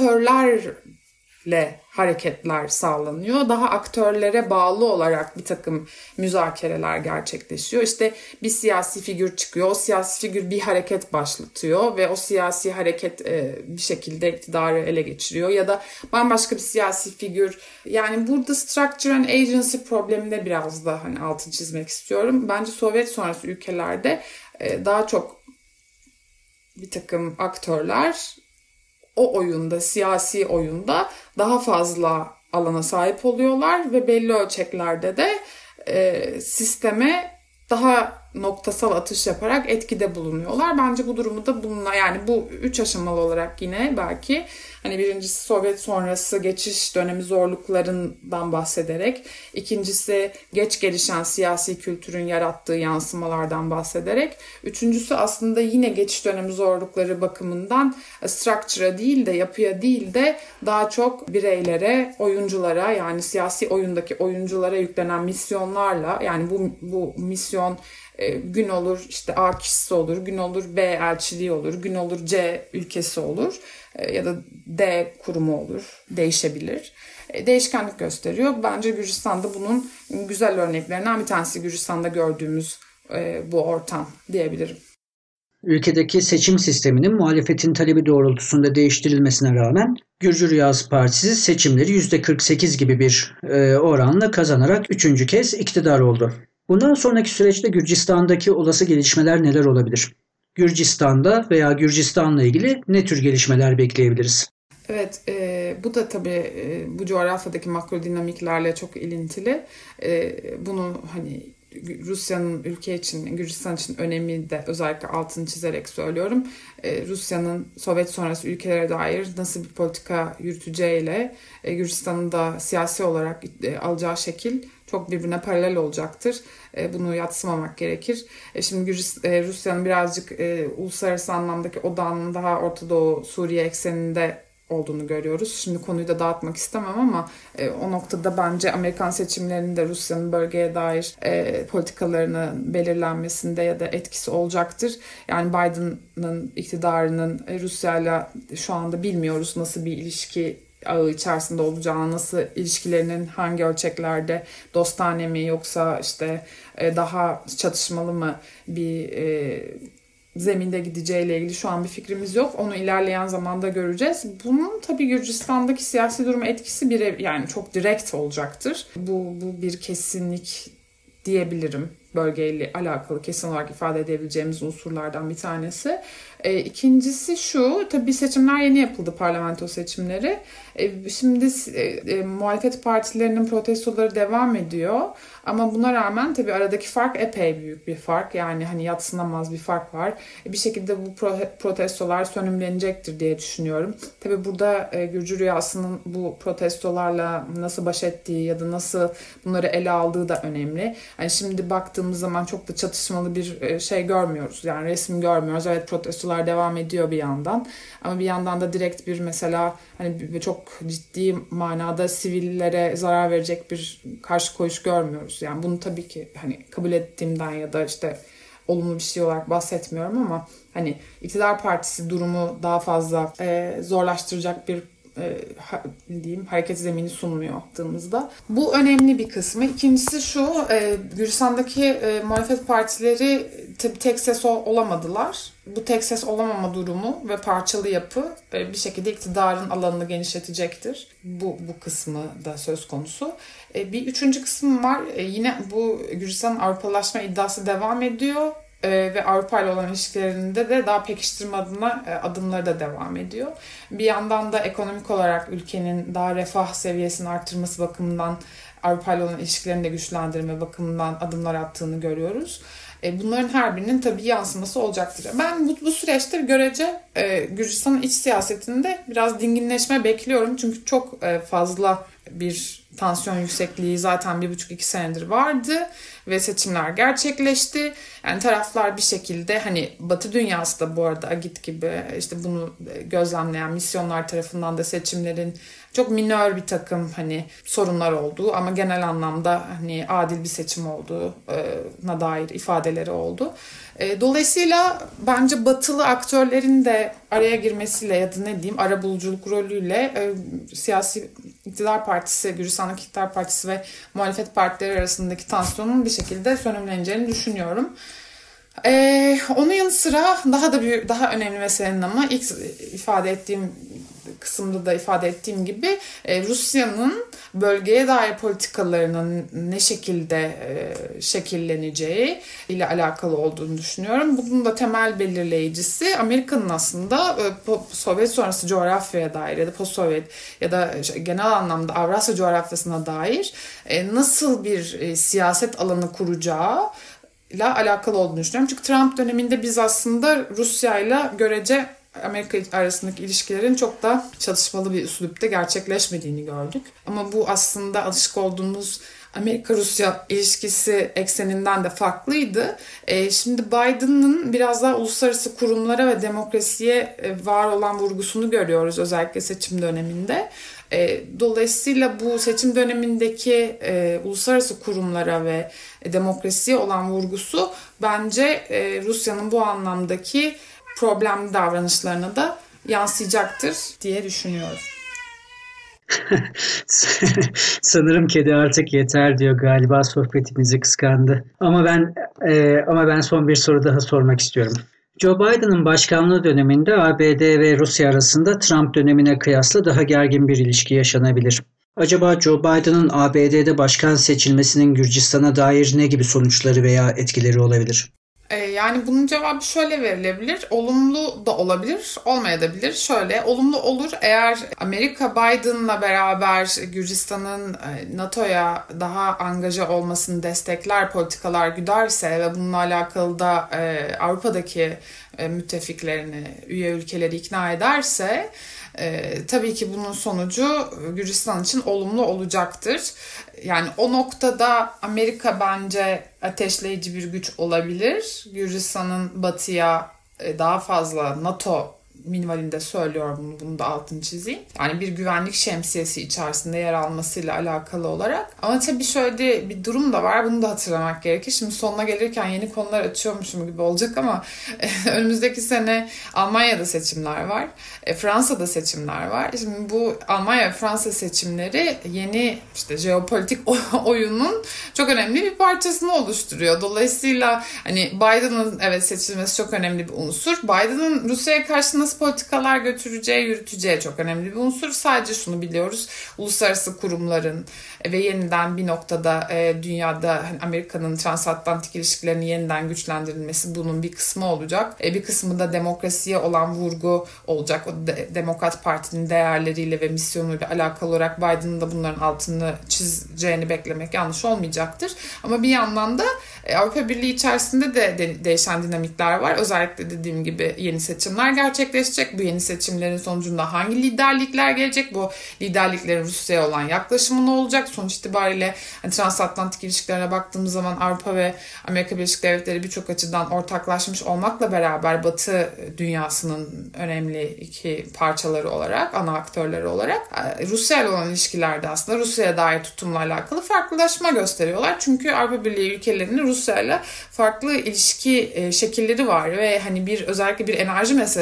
Speaker 3: aktörlerle hareketler sağlanıyor. Daha aktörlere bağlı olarak bir takım müzakereler gerçekleşiyor. İşte bir siyasi figür çıkıyor. O siyasi figür bir hareket başlatıyor ve o siyasi hareket bir şekilde iktidarı ele geçiriyor. Ya da bambaşka bir siyasi figür. Yani burada structure and agency probleminde biraz da hani altını çizmek istiyorum. Bence Sovyet sonrası ülkelerde daha çok bir takım aktörler o oyunda, siyasi oyunda daha fazla alana sahip oluyorlar ve belli ölçeklerde de sisteme daha noktasal atış yaparak etkide bulunuyorlar. Bence bu durumu da yani bu 3 aşamalı olarak yine belki hani birincisi Sovyet sonrası geçiş dönemi zorluklarından bahsederek, ikincisi geç gelişen siyasi kültürün yarattığı yansımalardan bahsederek, üçüncüsü aslında yine geçiş dönemi zorlukları bakımından structure'a değil de yapıya değil de daha çok bireylere, oyunculara, yani siyasi oyundaki oyunculara yüklenen misyonlarla, yani bu misyon gün olur işte A kişisi olur, gün olur B elçiliği olur, gün olur C ülkesi olur ya da D kurumu olur, değişebilir. Değişkenlik gösteriyor. Bence Gürcistan'da bunun güzel örneklerinden bir tanesi, Gürcistan'da gördüğümüz bu ortam diyebilirim.
Speaker 2: Ülkedeki seçim sisteminin muhalefetin talebi doğrultusunda değiştirilmesine rağmen Gürcü Rüyası Partisi seçimleri %48 gibi bir oranla kazanarak 3. kez iktidar oldu. Bundan sonraki süreçte Gürcistan'daki olası gelişmeler neler olabilir? Gürcistan'da veya Gürcistan'la ilgili ne tür gelişmeler bekleyebiliriz?
Speaker 3: Evet, bu da tabii bu coğrafyadaki makro dinamiklerle çok ilintili. Bunu hani Rusya'nın ülke için, Gürcistan için önemi de özellikle altını çizerek söylüyorum. Rusya'nın Sovyet sonrası ülkelere dair nasıl bir politika yürüteceğiyle Gürcistan'ın da siyasi olarak alacağı şekil çok birbirine paralel olacaktır. Bunu yadsımamak gerekir. Şimdi Rusya'nın birazcık uluslararası anlamdaki odağının daha Orta Doğu, Suriye ekseninde olduğunu görüyoruz. Şimdi konuyu da dağıtmak istemem ama o noktada bence Amerikan seçimlerinde Rusya'nın bölgeye dair politikalarının belirlenmesinde ya da etkisi olacaktır. Yani Biden'ın iktidarının Rusya'yla şu anda bilmiyoruz nasıl bir ilişki ağı içerisinde olacağını, nasıl ilişkilerinin hangi ölçeklerde dostane mi yoksa işte daha çatışmalı mı bir zeminde gideceğiyle ilgili şu an bir fikrimiz yok. Onu ilerleyen zamanda göreceğiz. Bunun tabii Gürcistan'daki siyasi duruma etkisi yani çok direkt olacaktır. Bu bir kesinlik diyebilirim. Bölgeyle alakalı kesin olarak ifade edebileceğimiz unsurlardan bir tanesi. İkincisi şu, tabii seçimler yeni yapıldı, parlamento seçimleri. Şimdi muhalefet partilerinin protestoları devam ediyor. Ama buna rağmen tabii aradaki fark epey büyük bir fark. Yani hani yadsınamaz bir fark var. Bir şekilde bu protestolar sönümlenecektir diye düşünüyorum. Tabii burada Gürcü Rüyası'nın bu protestolarla nasıl baş ettiği ya da nasıl bunları ele aldığı da önemli. Yani şimdi baktığımız zaman çok da çatışmalı bir şey görmüyoruz. Yani resim görmüyoruz. Evet, protestolar devam ediyor bir yandan. Ama bir yandan da direkt bir mesela hani çok ciddi manada sivillere zarar verecek bir karşı koyuş görmüyoruz. Yani bunu tabii ki hani kabul ettiğimden ya da işte olumlu bir şey olarak bahsetmiyorum ama hani iktidar partisi durumu daha fazla zorlaştıracak bir hareket zemini sunmuyor yaptığımızda. Bu önemli bir kısmı. İkincisi şu, Gürcistan'daki muhalefet partileri tabii tek ses olamadılar. Bu tek ses olamama durumu ve parçalı yapı bir şekilde iktidarın alanını genişletecektir. Bu kısmı da söz konusu. Bir üçüncü kısım var. Yine bu Gürcistan'ın Avrupalaşma iddiası devam ediyor. Ve Avrupa ile olan ilişkilerinde de daha pekiştirme adına adımları da devam ediyor. Bir yandan da ekonomik olarak ülkenin daha refah seviyesini arttırması bakımından Avrupa ile olan ilişkilerini de güçlendirme bakımından adımlar attığını görüyoruz. Bunların her birinin tabii yansıması olacaktır. Ben bu süreçte görece Gürcistan'ın iç siyasetinde biraz dinginleşme bekliyorum. Çünkü çok fazla bir tansiyon yüksekliği zaten 1,5-2 senedir vardı ve seçimler gerçekleşti. Yani taraflar bir şekilde hani Batı dünyası da bu arada Agit gibi işte bunu gözlemleyen misyonlar tarafından da seçimlerin çok minör bir takım hani sorunlar olduğu ama genel anlamda hani adil bir seçim olduğuna dair ifadeleri oldu. Dolayısıyla bence batılı aktörlerin de araya girmesiyle ya da ne diyeyim arabuluculuk rolüyle siyasi iktidar partisi, Gürcistan'daki iktidar partisi ve muhalefet partileri arasındaki tansiyonun bir şekilde sönümleneceğini düşünüyorum. Onun yanı sıra daha önemli meselenin ama ilk ifade ettiğim kısımda da ifade ettiğim gibi Rusya'nın bölgeye dair politikalarının ne şekilde şekilleneceği ile alakalı olduğunu düşünüyorum. Bunun da temel belirleyicisi Amerika'nın aslında Sovyet sonrası coğrafyaya dair ya da post-Sovyet ya da genel anlamda Avrasya coğrafyasına dair nasıl bir siyaset alanı kuracağı ile alakalı olduğunu düşünüyorum. Çünkü Trump döneminde biz aslında Rusya ile görece Amerika arasındaki ilişkilerin çok da çatışmalı bir üslupta gerçekleşmediğini gördük. Ama bu aslında alışık olduğumuz Amerika-Rusya ilişkisi ekseninden de farklıydı. Şimdi Biden'ın biraz daha uluslararası kurumlara ve demokrasiye var olan vurgusunu görüyoruz özellikle seçim döneminde. Dolayısıyla bu seçim dönemindeki uluslararası kurumlara ve demokrasiye olan vurgusu bence Rusya'nın bu anlamdaki problemli davranışlarına da yansıyacaktır diye düşünüyorum.
Speaker 2: Sanırım kedi artık yeter diyor, galiba sohbetimizi kıskandı. Ama ben son bir soru daha sormak istiyorum. Joe Biden'ın başkanlığı döneminde ABD ve Rusya arasında Trump dönemine kıyasla daha gergin bir ilişki yaşanabilir. Acaba Joe Biden'ın ABD'de başkan seçilmesinin Gürcistan'a dair ne gibi sonuçları veya etkileri olabilir?
Speaker 3: Yani bunun cevabı şöyle verilebilir. Olumlu da olabilir, olmayabilir. Şöyle, olumlu olur eğer Amerika Biden'la beraber Gürcistan'ın NATO'ya daha angaja olmasını destekler, politikalar güderse ve bununla alakalı da Avrupa'daki müttefiklerini, üye ülkeleri ikna ederse tabii ki bunun sonucu Gürcistan için olumlu olacaktır. Yani o noktada Amerika bence ateşleyici bir güç olabilir. Gürcistan'ın batıya daha fazla NATO minvalinde söylüyorum, bunu da altını çizeyim. Yani bir güvenlik şemsiyesi içerisinde yer almasıyla alakalı olarak. Ama tabii şöyle bir durum da var. Bunu da hatırlamak gerekir. Şimdi sonuna gelirken yeni konular açıyormuşum gibi olacak ama önümüzdeki sene Almanya'da seçimler var. Fransa'da seçimler var. Şimdi bu Almanya ve Fransa seçimleri yeni işte jeopolitik oyunun çok önemli bir parçasını oluşturuyor. Dolayısıyla hani Biden'ın evet seçilmesi çok önemli bir unsur. Biden'ın Rusya'ya karşı nasıl politikalar götüreceği, yürüteceği çok önemli bir unsur. Sadece şunu biliyoruz. Uluslararası kurumların ve yeniden bir noktada dünyada hani Amerika'nın transatlantik ilişkilerini yeniden güçlendirilmesi bunun bir kısmı olacak. Bir kısmı da demokrasiye olan vurgu olacak. O Demokrat Parti'nin değerleriyle ve misyonuyla alakalı olarak Biden'ın da bunların altını çizeceğini beklemek yanlış olmayacaktır. Ama bir yandan da Avrupa Birliği içerisinde de değişen dinamikler var. Özellikle dediğim gibi yeni seçimler gerçekleşecek. Bu yeni seçimlerin sonucunda hangi liderlikler gelecek? Bu liderliklerin Rusya'ya olan yaklaşımı ne olacak? Sonuç itibariyle hani transatlantik ilişkilerine baktığımız zaman Avrupa ve Amerika Birleşik Devletleri birçok açıdan ortaklaşmış olmakla beraber Batı dünyasının önemli iki parçaları olarak, ana aktörleri olarak Rusya ile olan ilişkilerde aslında Rusya'ya dair tutumla alakalı farklılaşma gösteriyorlar. Çünkü Avrupa Birliği ülkelerinin Rusya ile farklı ilişki şekilleri var ve hani özellikle bir enerji meselesi var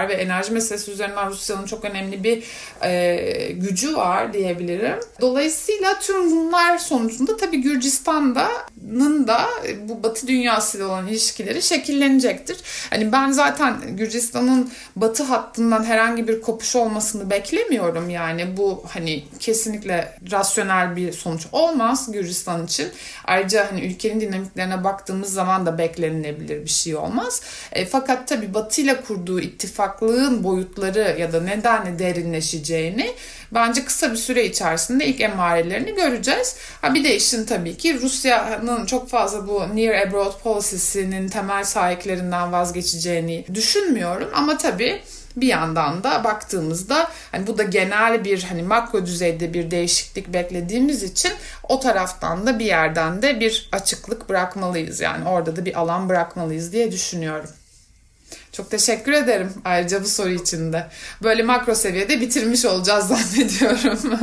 Speaker 3: var ve enerji meselesi üzerinden Rusya'nın çok önemli bir gücü var diyebilirim. Dolayısıyla tüm bunlar sonucunda tabii Gürcistan'ın da bu Batı dünyasıyla olan ilişkileri şekillenecektir. Hani ben zaten Gürcistan'ın Batı hattından herhangi bir kopuş olmasını beklemiyorum. Yani bu hani kesinlikle rasyonel bir sonuç olmaz Gürcistan için. Ayrıca hani ülkenin dinamiklerine baktığımız zaman da beklenilebilir bir şey olmaz. Fakat tabii Batı ile kurduğu ittifaklığın boyutları ya da nedenle derinleşeceğini bence kısa bir süre içerisinde ilk emarelerini göreceğiz. Bir de işin tabii ki Rusya'nın çok fazla bu Near Abroad Policy'sinin temel sahiklerinden vazgeçeceğini düşünmüyorum. Ama tabii bir yandan da baktığımızda hani bu da genel bir hani makro düzeyde bir değişiklik beklediğimiz için o taraftan da bir yerden de bir açıklık bırakmalıyız. Yani orada da bir alan bırakmalıyız diye düşünüyorum. Çok teşekkür ederim ayrıca bu soru için de. Böyle makro seviyede bitirmiş olacağız zannediyorum.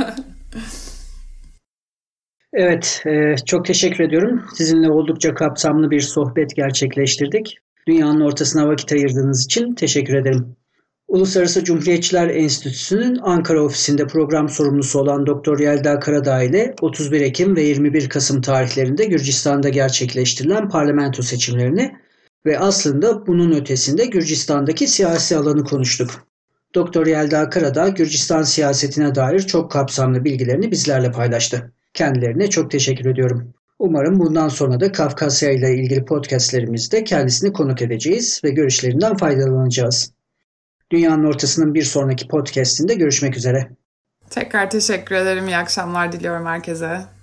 Speaker 2: Evet, çok teşekkür ediyorum. Sizinle oldukça kapsamlı bir sohbet gerçekleştirdik. Dünyanın ortasına vakit ayırdığınız için teşekkür ederim. Uluslararası Cumhuriyetçiler Enstitüsü'nün Ankara ofisinde program sorumlusu olan Dr. Yelda Karadağ ile 31 Ekim ve 21 Kasım tarihlerinde Gürcistan'da gerçekleştirilen parlamento seçimlerini ve aslında bunun ötesinde Gürcistan'daki siyasi alanı konuştuk. Dr. Yelda Karadağ, Gürcistan siyasetine dair çok kapsamlı bilgilerini bizlerle paylaştı. Kendilerine çok teşekkür ediyorum. Umarım bundan sonra da Kafkasya ile ilgili podcastlerimizde kendisini konuk edeceğiz ve görüşlerinden faydalanacağız. Dünyanın Ortası'nın bir sonraki podcastinde görüşmek üzere.
Speaker 3: Tekrar teşekkür ederim. İyi akşamlar diliyorum herkese.